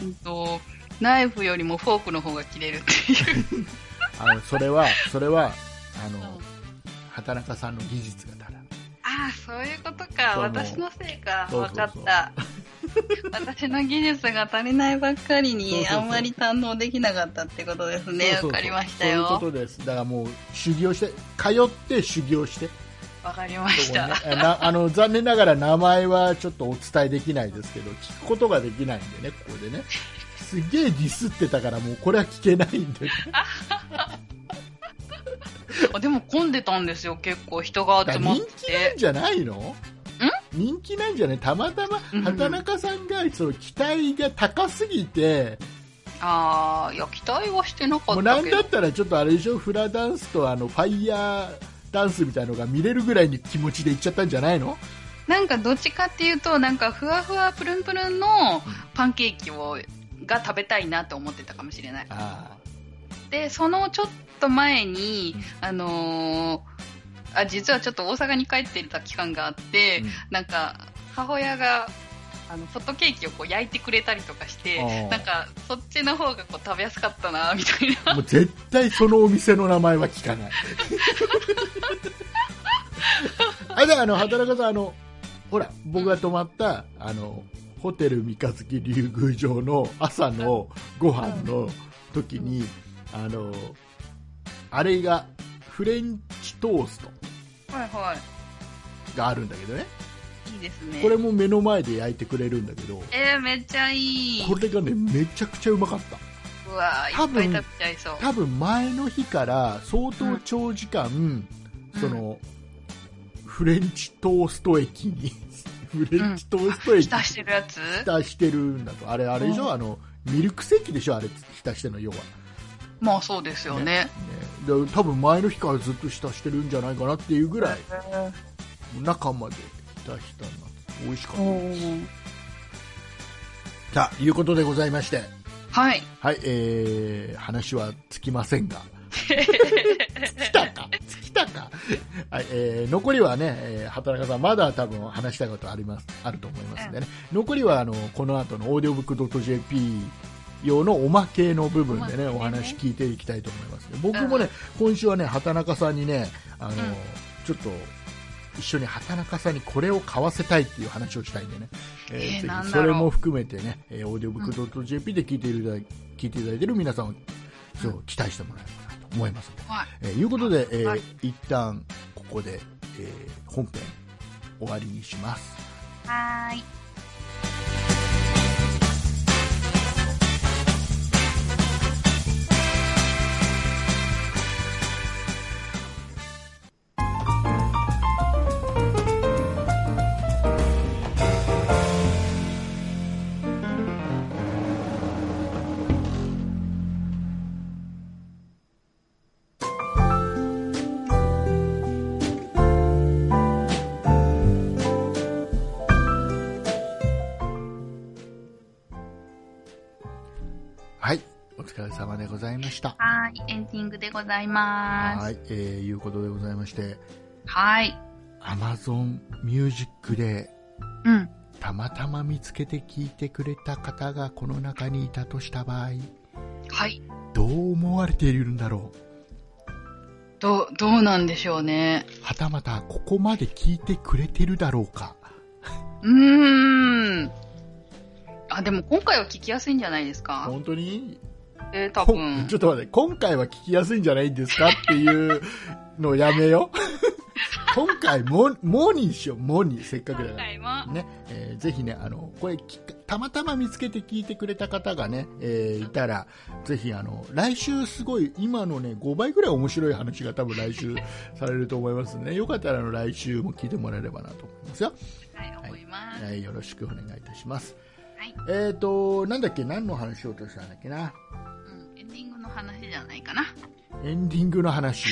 うんと、ナイフよりもフォークの方が切れるっていうあのそれはそれはあの、うん、畑中さんの技術が足らない。 ああそういうことか。私のせいか。分かった私の技術が足りないばっかりにあんまり堪能できなかったってことですね。分かりましたよ。 そういうことです。だからもう修行して通って修行してわかりました、 ね、なあの残念ながら名前はちょっとお伝えできないですけど聞くことができないんでね。ここでねすげえディスってたからもうこれは聞けないんで、ね、 あでも混んでたんですよ。結構人が集まって。 人気なんじゃないの？ん人気なんじゃない？たまたま畑中さんがその期待が高すぎて、 ああいや期待はしてなかったけどもうなんだったらちょっとあれでしょフラダンスとあのファイヤーダンスみたいなのが見れるぐらいに気持ちで行っちゃったんじゃないの？ なんかどっちかっていうとなんかふわふわプルンプルンのパンケーキをが食べたいなと思ってたかもしれない。 あでそのちょっと前に、うん、あのー、あ実はちょっと大阪に帰っていた期間があって、うん、なんか母親があのホットケーキをこう焼いてくれたりとかしてなんかそっちの方がこう食べやすかったなみたいな。 もう絶対そのお店の名前は聞かないあであの畑中さんあのほら僕が泊まった、うん、あのホテル三日月竜宮城の朝のご飯の時に、うん、あのあれがフレンチトーストがあるんだけどね。 いいですね。 これも目の前で焼いてくれるんだけど、 えー、めっちゃいい。 これがねめちゃくちゃうまかった。 うわ、いっぱい食べちゃいそう。 多分前の日から相当長時間、うん、その、うん、フレンチトースト液にフレンチトースト液、うん、 浸してるやつ浸してるんだと。あれあれでしょ、うん、あのミルクセーキでしょ、あれ浸してるの要は。 まあそうですよね。ね、 ね、で多分前の日からずっと浸してるんじゃないかなっていうぐらい、中まで浸したんだ。美味しかったです。さあいうことでございまして、 はい、 はい、えー、話は尽きませんが尽きたか尽きたか、はい、えー、残りはね、えー、畑中さんまだ多分話したいことありますあると思いますんでね、うん、残りはあのこの後のオーディオブックドット ジェーピー 用のおまけの部分でね、お話聞いていきたいと思います。僕もね、うん、今週はね畑中さんにね、あの、うん、ちょっと一緒に畑中さんにこれを買わせたいっていう話をしたいんでね、えーえー、ぜひそれも含めてね、オーディオブックドット ジェーピー で聞いていただい、聞いていただいている皆さんをそう期待してもらえればなと思いますので、はい、えー、いうことで、えーはい、一旦ここで、えー、本編終わりにします。 はーい。 お疲れ様でございました。 はい、エンディングでございます。 はい、えー、いうことでございまして、 はい。 Amazon Music で、 うん、 たまたま見つけて聞いてくれた方がこの中にいたとした場合、 はい。 どう思われているんだろう。 どう、どうなんでしょうね。 はたまたここまで聞いてくれてるだろうか。 うーん。あ、でも今回は聞きやすいんじゃないですか。 本当に？ えー、多分。 ちょっと待って、今回は聞きやすいんじゃないんですかっていうのをやめよう。今回も、もにしよう、もに、せっかくだから。 今回も。 ね、えー、ぜひね、あの、これ、たまたま見つけて聞いてくれた方がね、えー、いたら、ぜひ、あの、来週すごい、今のね、ごばいぐらい面白い話が多分来週されると思いますね。よかったら、あの、来週も聞いてもらえればなと思いますよ。 はい、思います。 はい、よろしくお願いいたします。 はい。 えっと、なんだっけ、何の話しようとしたんだっけな。 エンディングの話じゃないかな。 エンディングの話。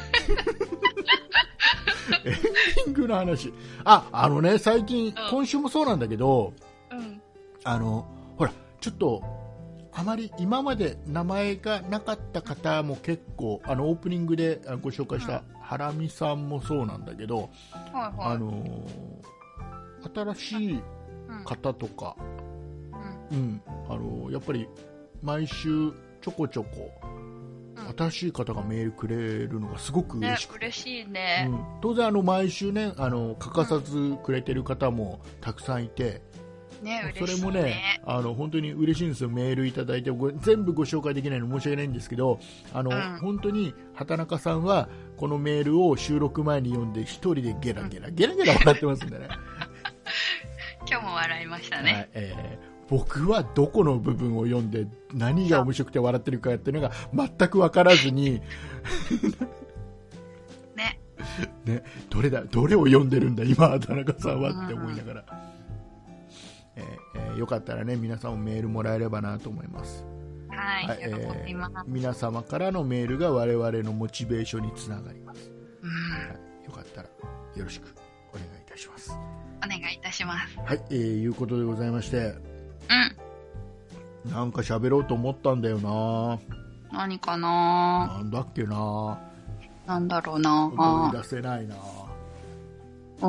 エンディングの話。あ、あのね、最近、うん、今週もそうなんだけど、 うん、 あの、ほら、ちょっと、あまり今まで名前がなかった方も結構、あの、オープニングでご紹介した、ハラミさんもそうなんだけど、 はいはい、 あの、新しい方とか、うん、うん、あの、やっぱり、毎週、ちょこちょこ、うん、新しい方がメールくれるのがすごく嬉しくて、 ね、嬉しいね、 うん、当然あの毎週ねあの欠かさずくれてる方もたくさんいて、 ね、 それもね、ねあの本当に嬉しいんですよ。メールいただいて全部ご紹介できないの申し訳ないんですけど、あの、うん、本当に畑中さんはこのメールを収録前に読んで一人でゲラゲラ、うん、ゲラゲラ笑ってますんでね。 今日も笑いましたね、 はいえー僕はどこの部分を読んで何が面白くて笑ってるかっていうのが全く分からずにねね、どれだどれを読んでるんだ今田中さんはって思いながら、えーえー、よかったらね皆さんもメールもらえればなと思います。 はい、はいえー、 皆様からのメールが我々のモチベーションにつながります、 うんはい、よかったらよろしくお願いいたします。 お願いいたします。 はい、えー、いうことでございましてうん、 なんか喋ろうと思ったんだよな。 何かな。 なんだっけな。 なんだろうな。 思い出せないな。 うん。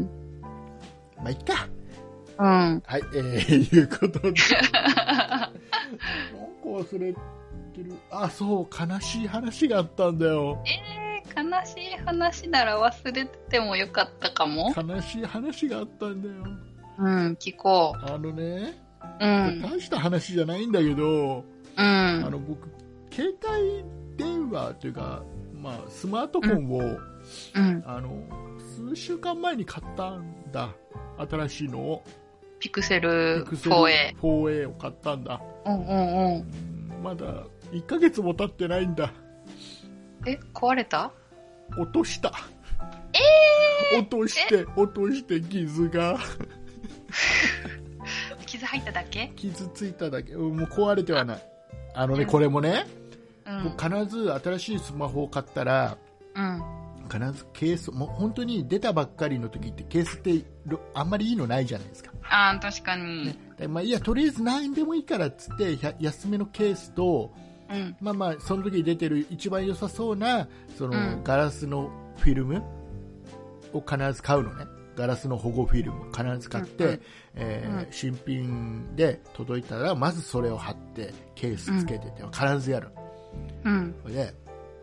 まあ、いっか。 うん。 はい、えー、いうことで。なんか忘れてる。あ、そう、悲しい話があったんだよ。 えー、悲しい話なら忘れててもよかったかも。 悲しい話があったんだよ。 うん、聞こう。あのね。 うん、 大した話じゃないんだけど、 うん、 あの僕携帯電話というか、まあ、スマートフォンを、 うん、 あの数週間前に買ったんだ。新しいのをピクセル フォーエーフォーエー を買ったんだ。 うんうんうん、 まだいっかげつも経ってないんだ。 え、壊れた？ 落とした。 えー、 落として落として傷が傷入っただけ？ 傷ついただけ。もう壊れてはない。あのね、これもね、うん、もう必ず新しいスマホを買ったら、うん、必ずケース、もう本当に出たばっかりの時ってケースってあんまりいいのないじゃないですか。 あ、確かに、 ね、まあ、いやとりあえず何でもいいからっつって安めのケースと、うん、まあまあその時に出てる一番良さそうなその、うん、ガラスのフィルムを必ず買うのね。ガラスの保護フィルムを必ず買って、うんえーうん、新品で届いたらまずそれを貼ってケースつけてって必ずやる、うん、で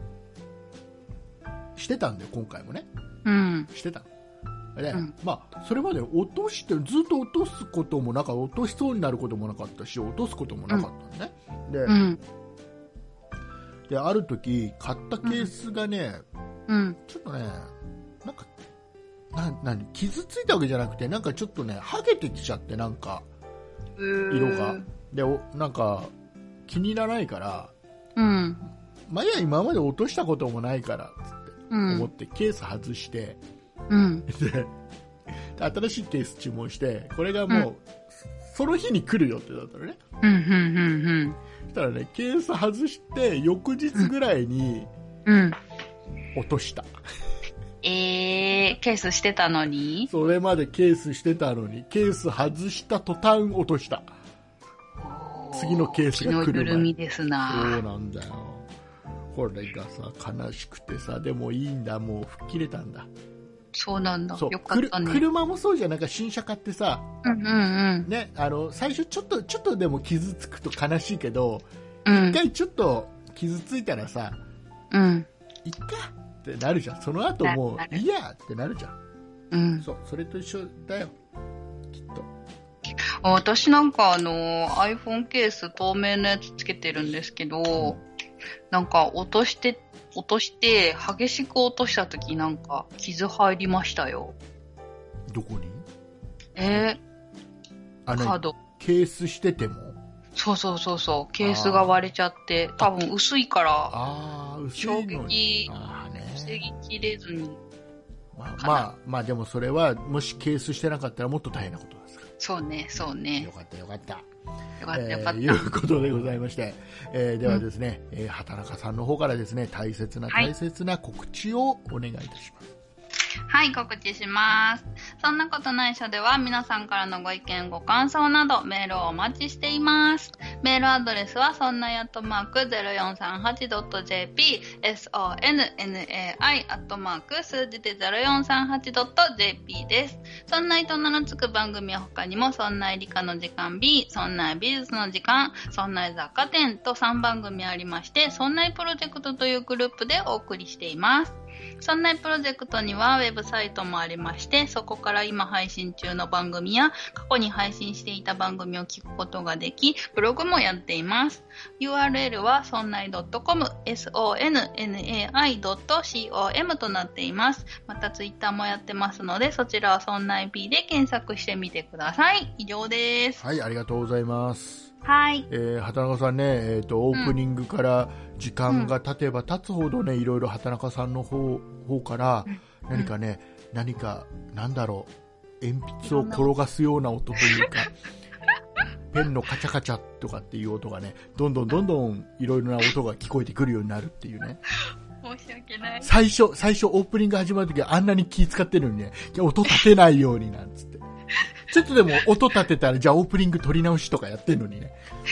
してたんだよ今回もね、うん、してたで、うん、まあそれまで落としてずっと落とすこともなか落としそうになることもなかったし落とすこともなかったのね、うん、で、うん、である時買ったケースがね、うん、ちょっとねなんかな何傷ついたわけじゃなくてなんかちょっとね剥げてきちゃってなんか色がでなんか気に入らないから、うん、まあいや今まで落としたこともないからつって思ってケース外して、うん、で新しいケース注文してこれがもう、うん、その日に来るよってだったのね、うんうんうんうん、そしたらねケース外して翌日ぐらいに落とした、うんえー、ケースしてたのにそれまでケースしてたのにケース外した途端落とした。次のケースが来る前。気の緩みですな。そうなんだよ。これがさ悲しくてさでもいいんだもう吹っ切れたんだ。 そうなんだ。よかったね。 車もそうじゃんなんか新車買ってさ、うんうんうんね、あの最初ちょっとちょっとでも傷つくと悲しいけど、うん、一回ちょっと傷ついたらさ、うん、いっかってなるじゃん。その後もういいやってなるじゃん、うん、そうそれと一緒だよきっと。 私なんかあの iPhone ケース透明のやつつけてるんですけど、うん、なんか落として落として激しく落とした時なんか傷入りましたよ。 どこに？ えー、カードケースしてても？ そうそうそうそうケースが割れちゃって多分薄いからあ薄いの衝撃防ぎきれずにまあまあまあでもそれはもしケースしてなかったらもっと大変なことですから。 そうねそうねよかったよかったよかったよかった、えー、 いうことでございまして、えー、ではですね、うんえー、畑中さんの方からですね大切な大切な告知をお願いいたします。 はい、告知します。そんなことないしょでは皆さんからのご意見ご感想などメールをお待ちしています。メールアドレスはそんないアットマーク ゼロよんさんはちドットジェーピー ソンナイ アットマーク数字で ゼロよんさんはちドットジェーピー です。そんないと名の付く番組は他にもそんない理科の時間 B、そんない美術の時間、そんない雑貨店とさんばん組ありまして、そんないプロジェクトというグループでお送りしています。そんないプロジェクトにはウェブサイトもありまして、そこから今配信中の番組や過去に配信していた番組を聞くことができ、ブログもやっています。ユーアールエル はそんない .com、ソンナイ ドット コム となっています。またツイッターもやってますので、そちらはそんない P で検索してみてください。以上です。 はい、ありがとうございます。 はい。 えー、畑中さんね、えーと、オープニングから時間が経てば経つほどね、うん、いろいろ畑中さんの方、方から何かね、うん、何か、なんだろう、鉛筆を転がすような音というか、ペンのカチャカチャとかっていう音がね、どんどんどんどんいろいろな音が聞こえてくるようになるっていうね。 申し訳ない。 最初、最初オープニング始まるときはあんなに気使ってるのにね、音立てないようになんつって。ちょっとでも音立てたらじゃあオープニング撮り直しとかやってるのにね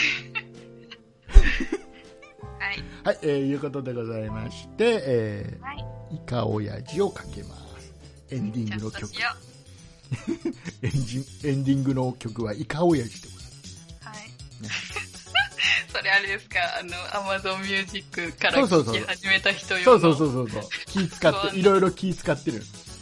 はい、はい、えー、いうことでございまして、えーはい、イカオヤジをかけますエンディングの曲エンジンエンディングの曲はイカオヤジでございますはい、ね、 それあれですかあの Amazon Music から聴き始めた人用のそうそうそうそうそう気使っていろいろ気使ってる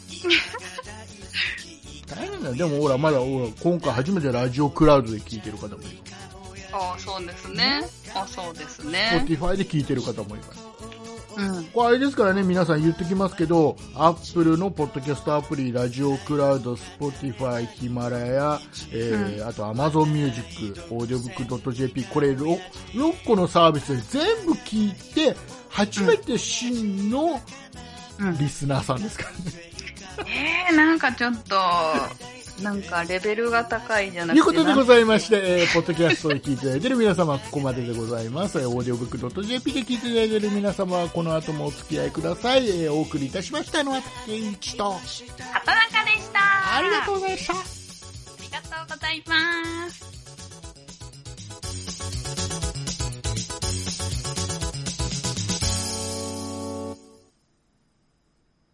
大変だよ。でもほらまだほら今回初めてラジオクラウドで聞いてる方もいる。 ああそうですね。あそうですね。 Spotify で聞いてる方もいます。 うん、これあれですからね、皆さん言っときますけど、アップルのポッドキャストアプリ、ラジオクラウド、スポティファイ、ヒマラヤ、えーうん、あとアマゾンミュージック、オーディオブックドットジェーピー、これ 6, ろっこのサービスで全部聞いて、初めて真のリスナーさんですからね。 うん、えー、なんかちょっと、なんかレベルが高いじゃなくて。 ということでございまして、えー、ポッドキャストで聞いていただいている皆様、ここまででございます。オーディオブックドットジェーピー で聞いていただいている皆様は、この後もお付き合いください。えー、お送りいたしましたのは、竹内と、 畑中でした。 ありがとうございました。ありがとうございます。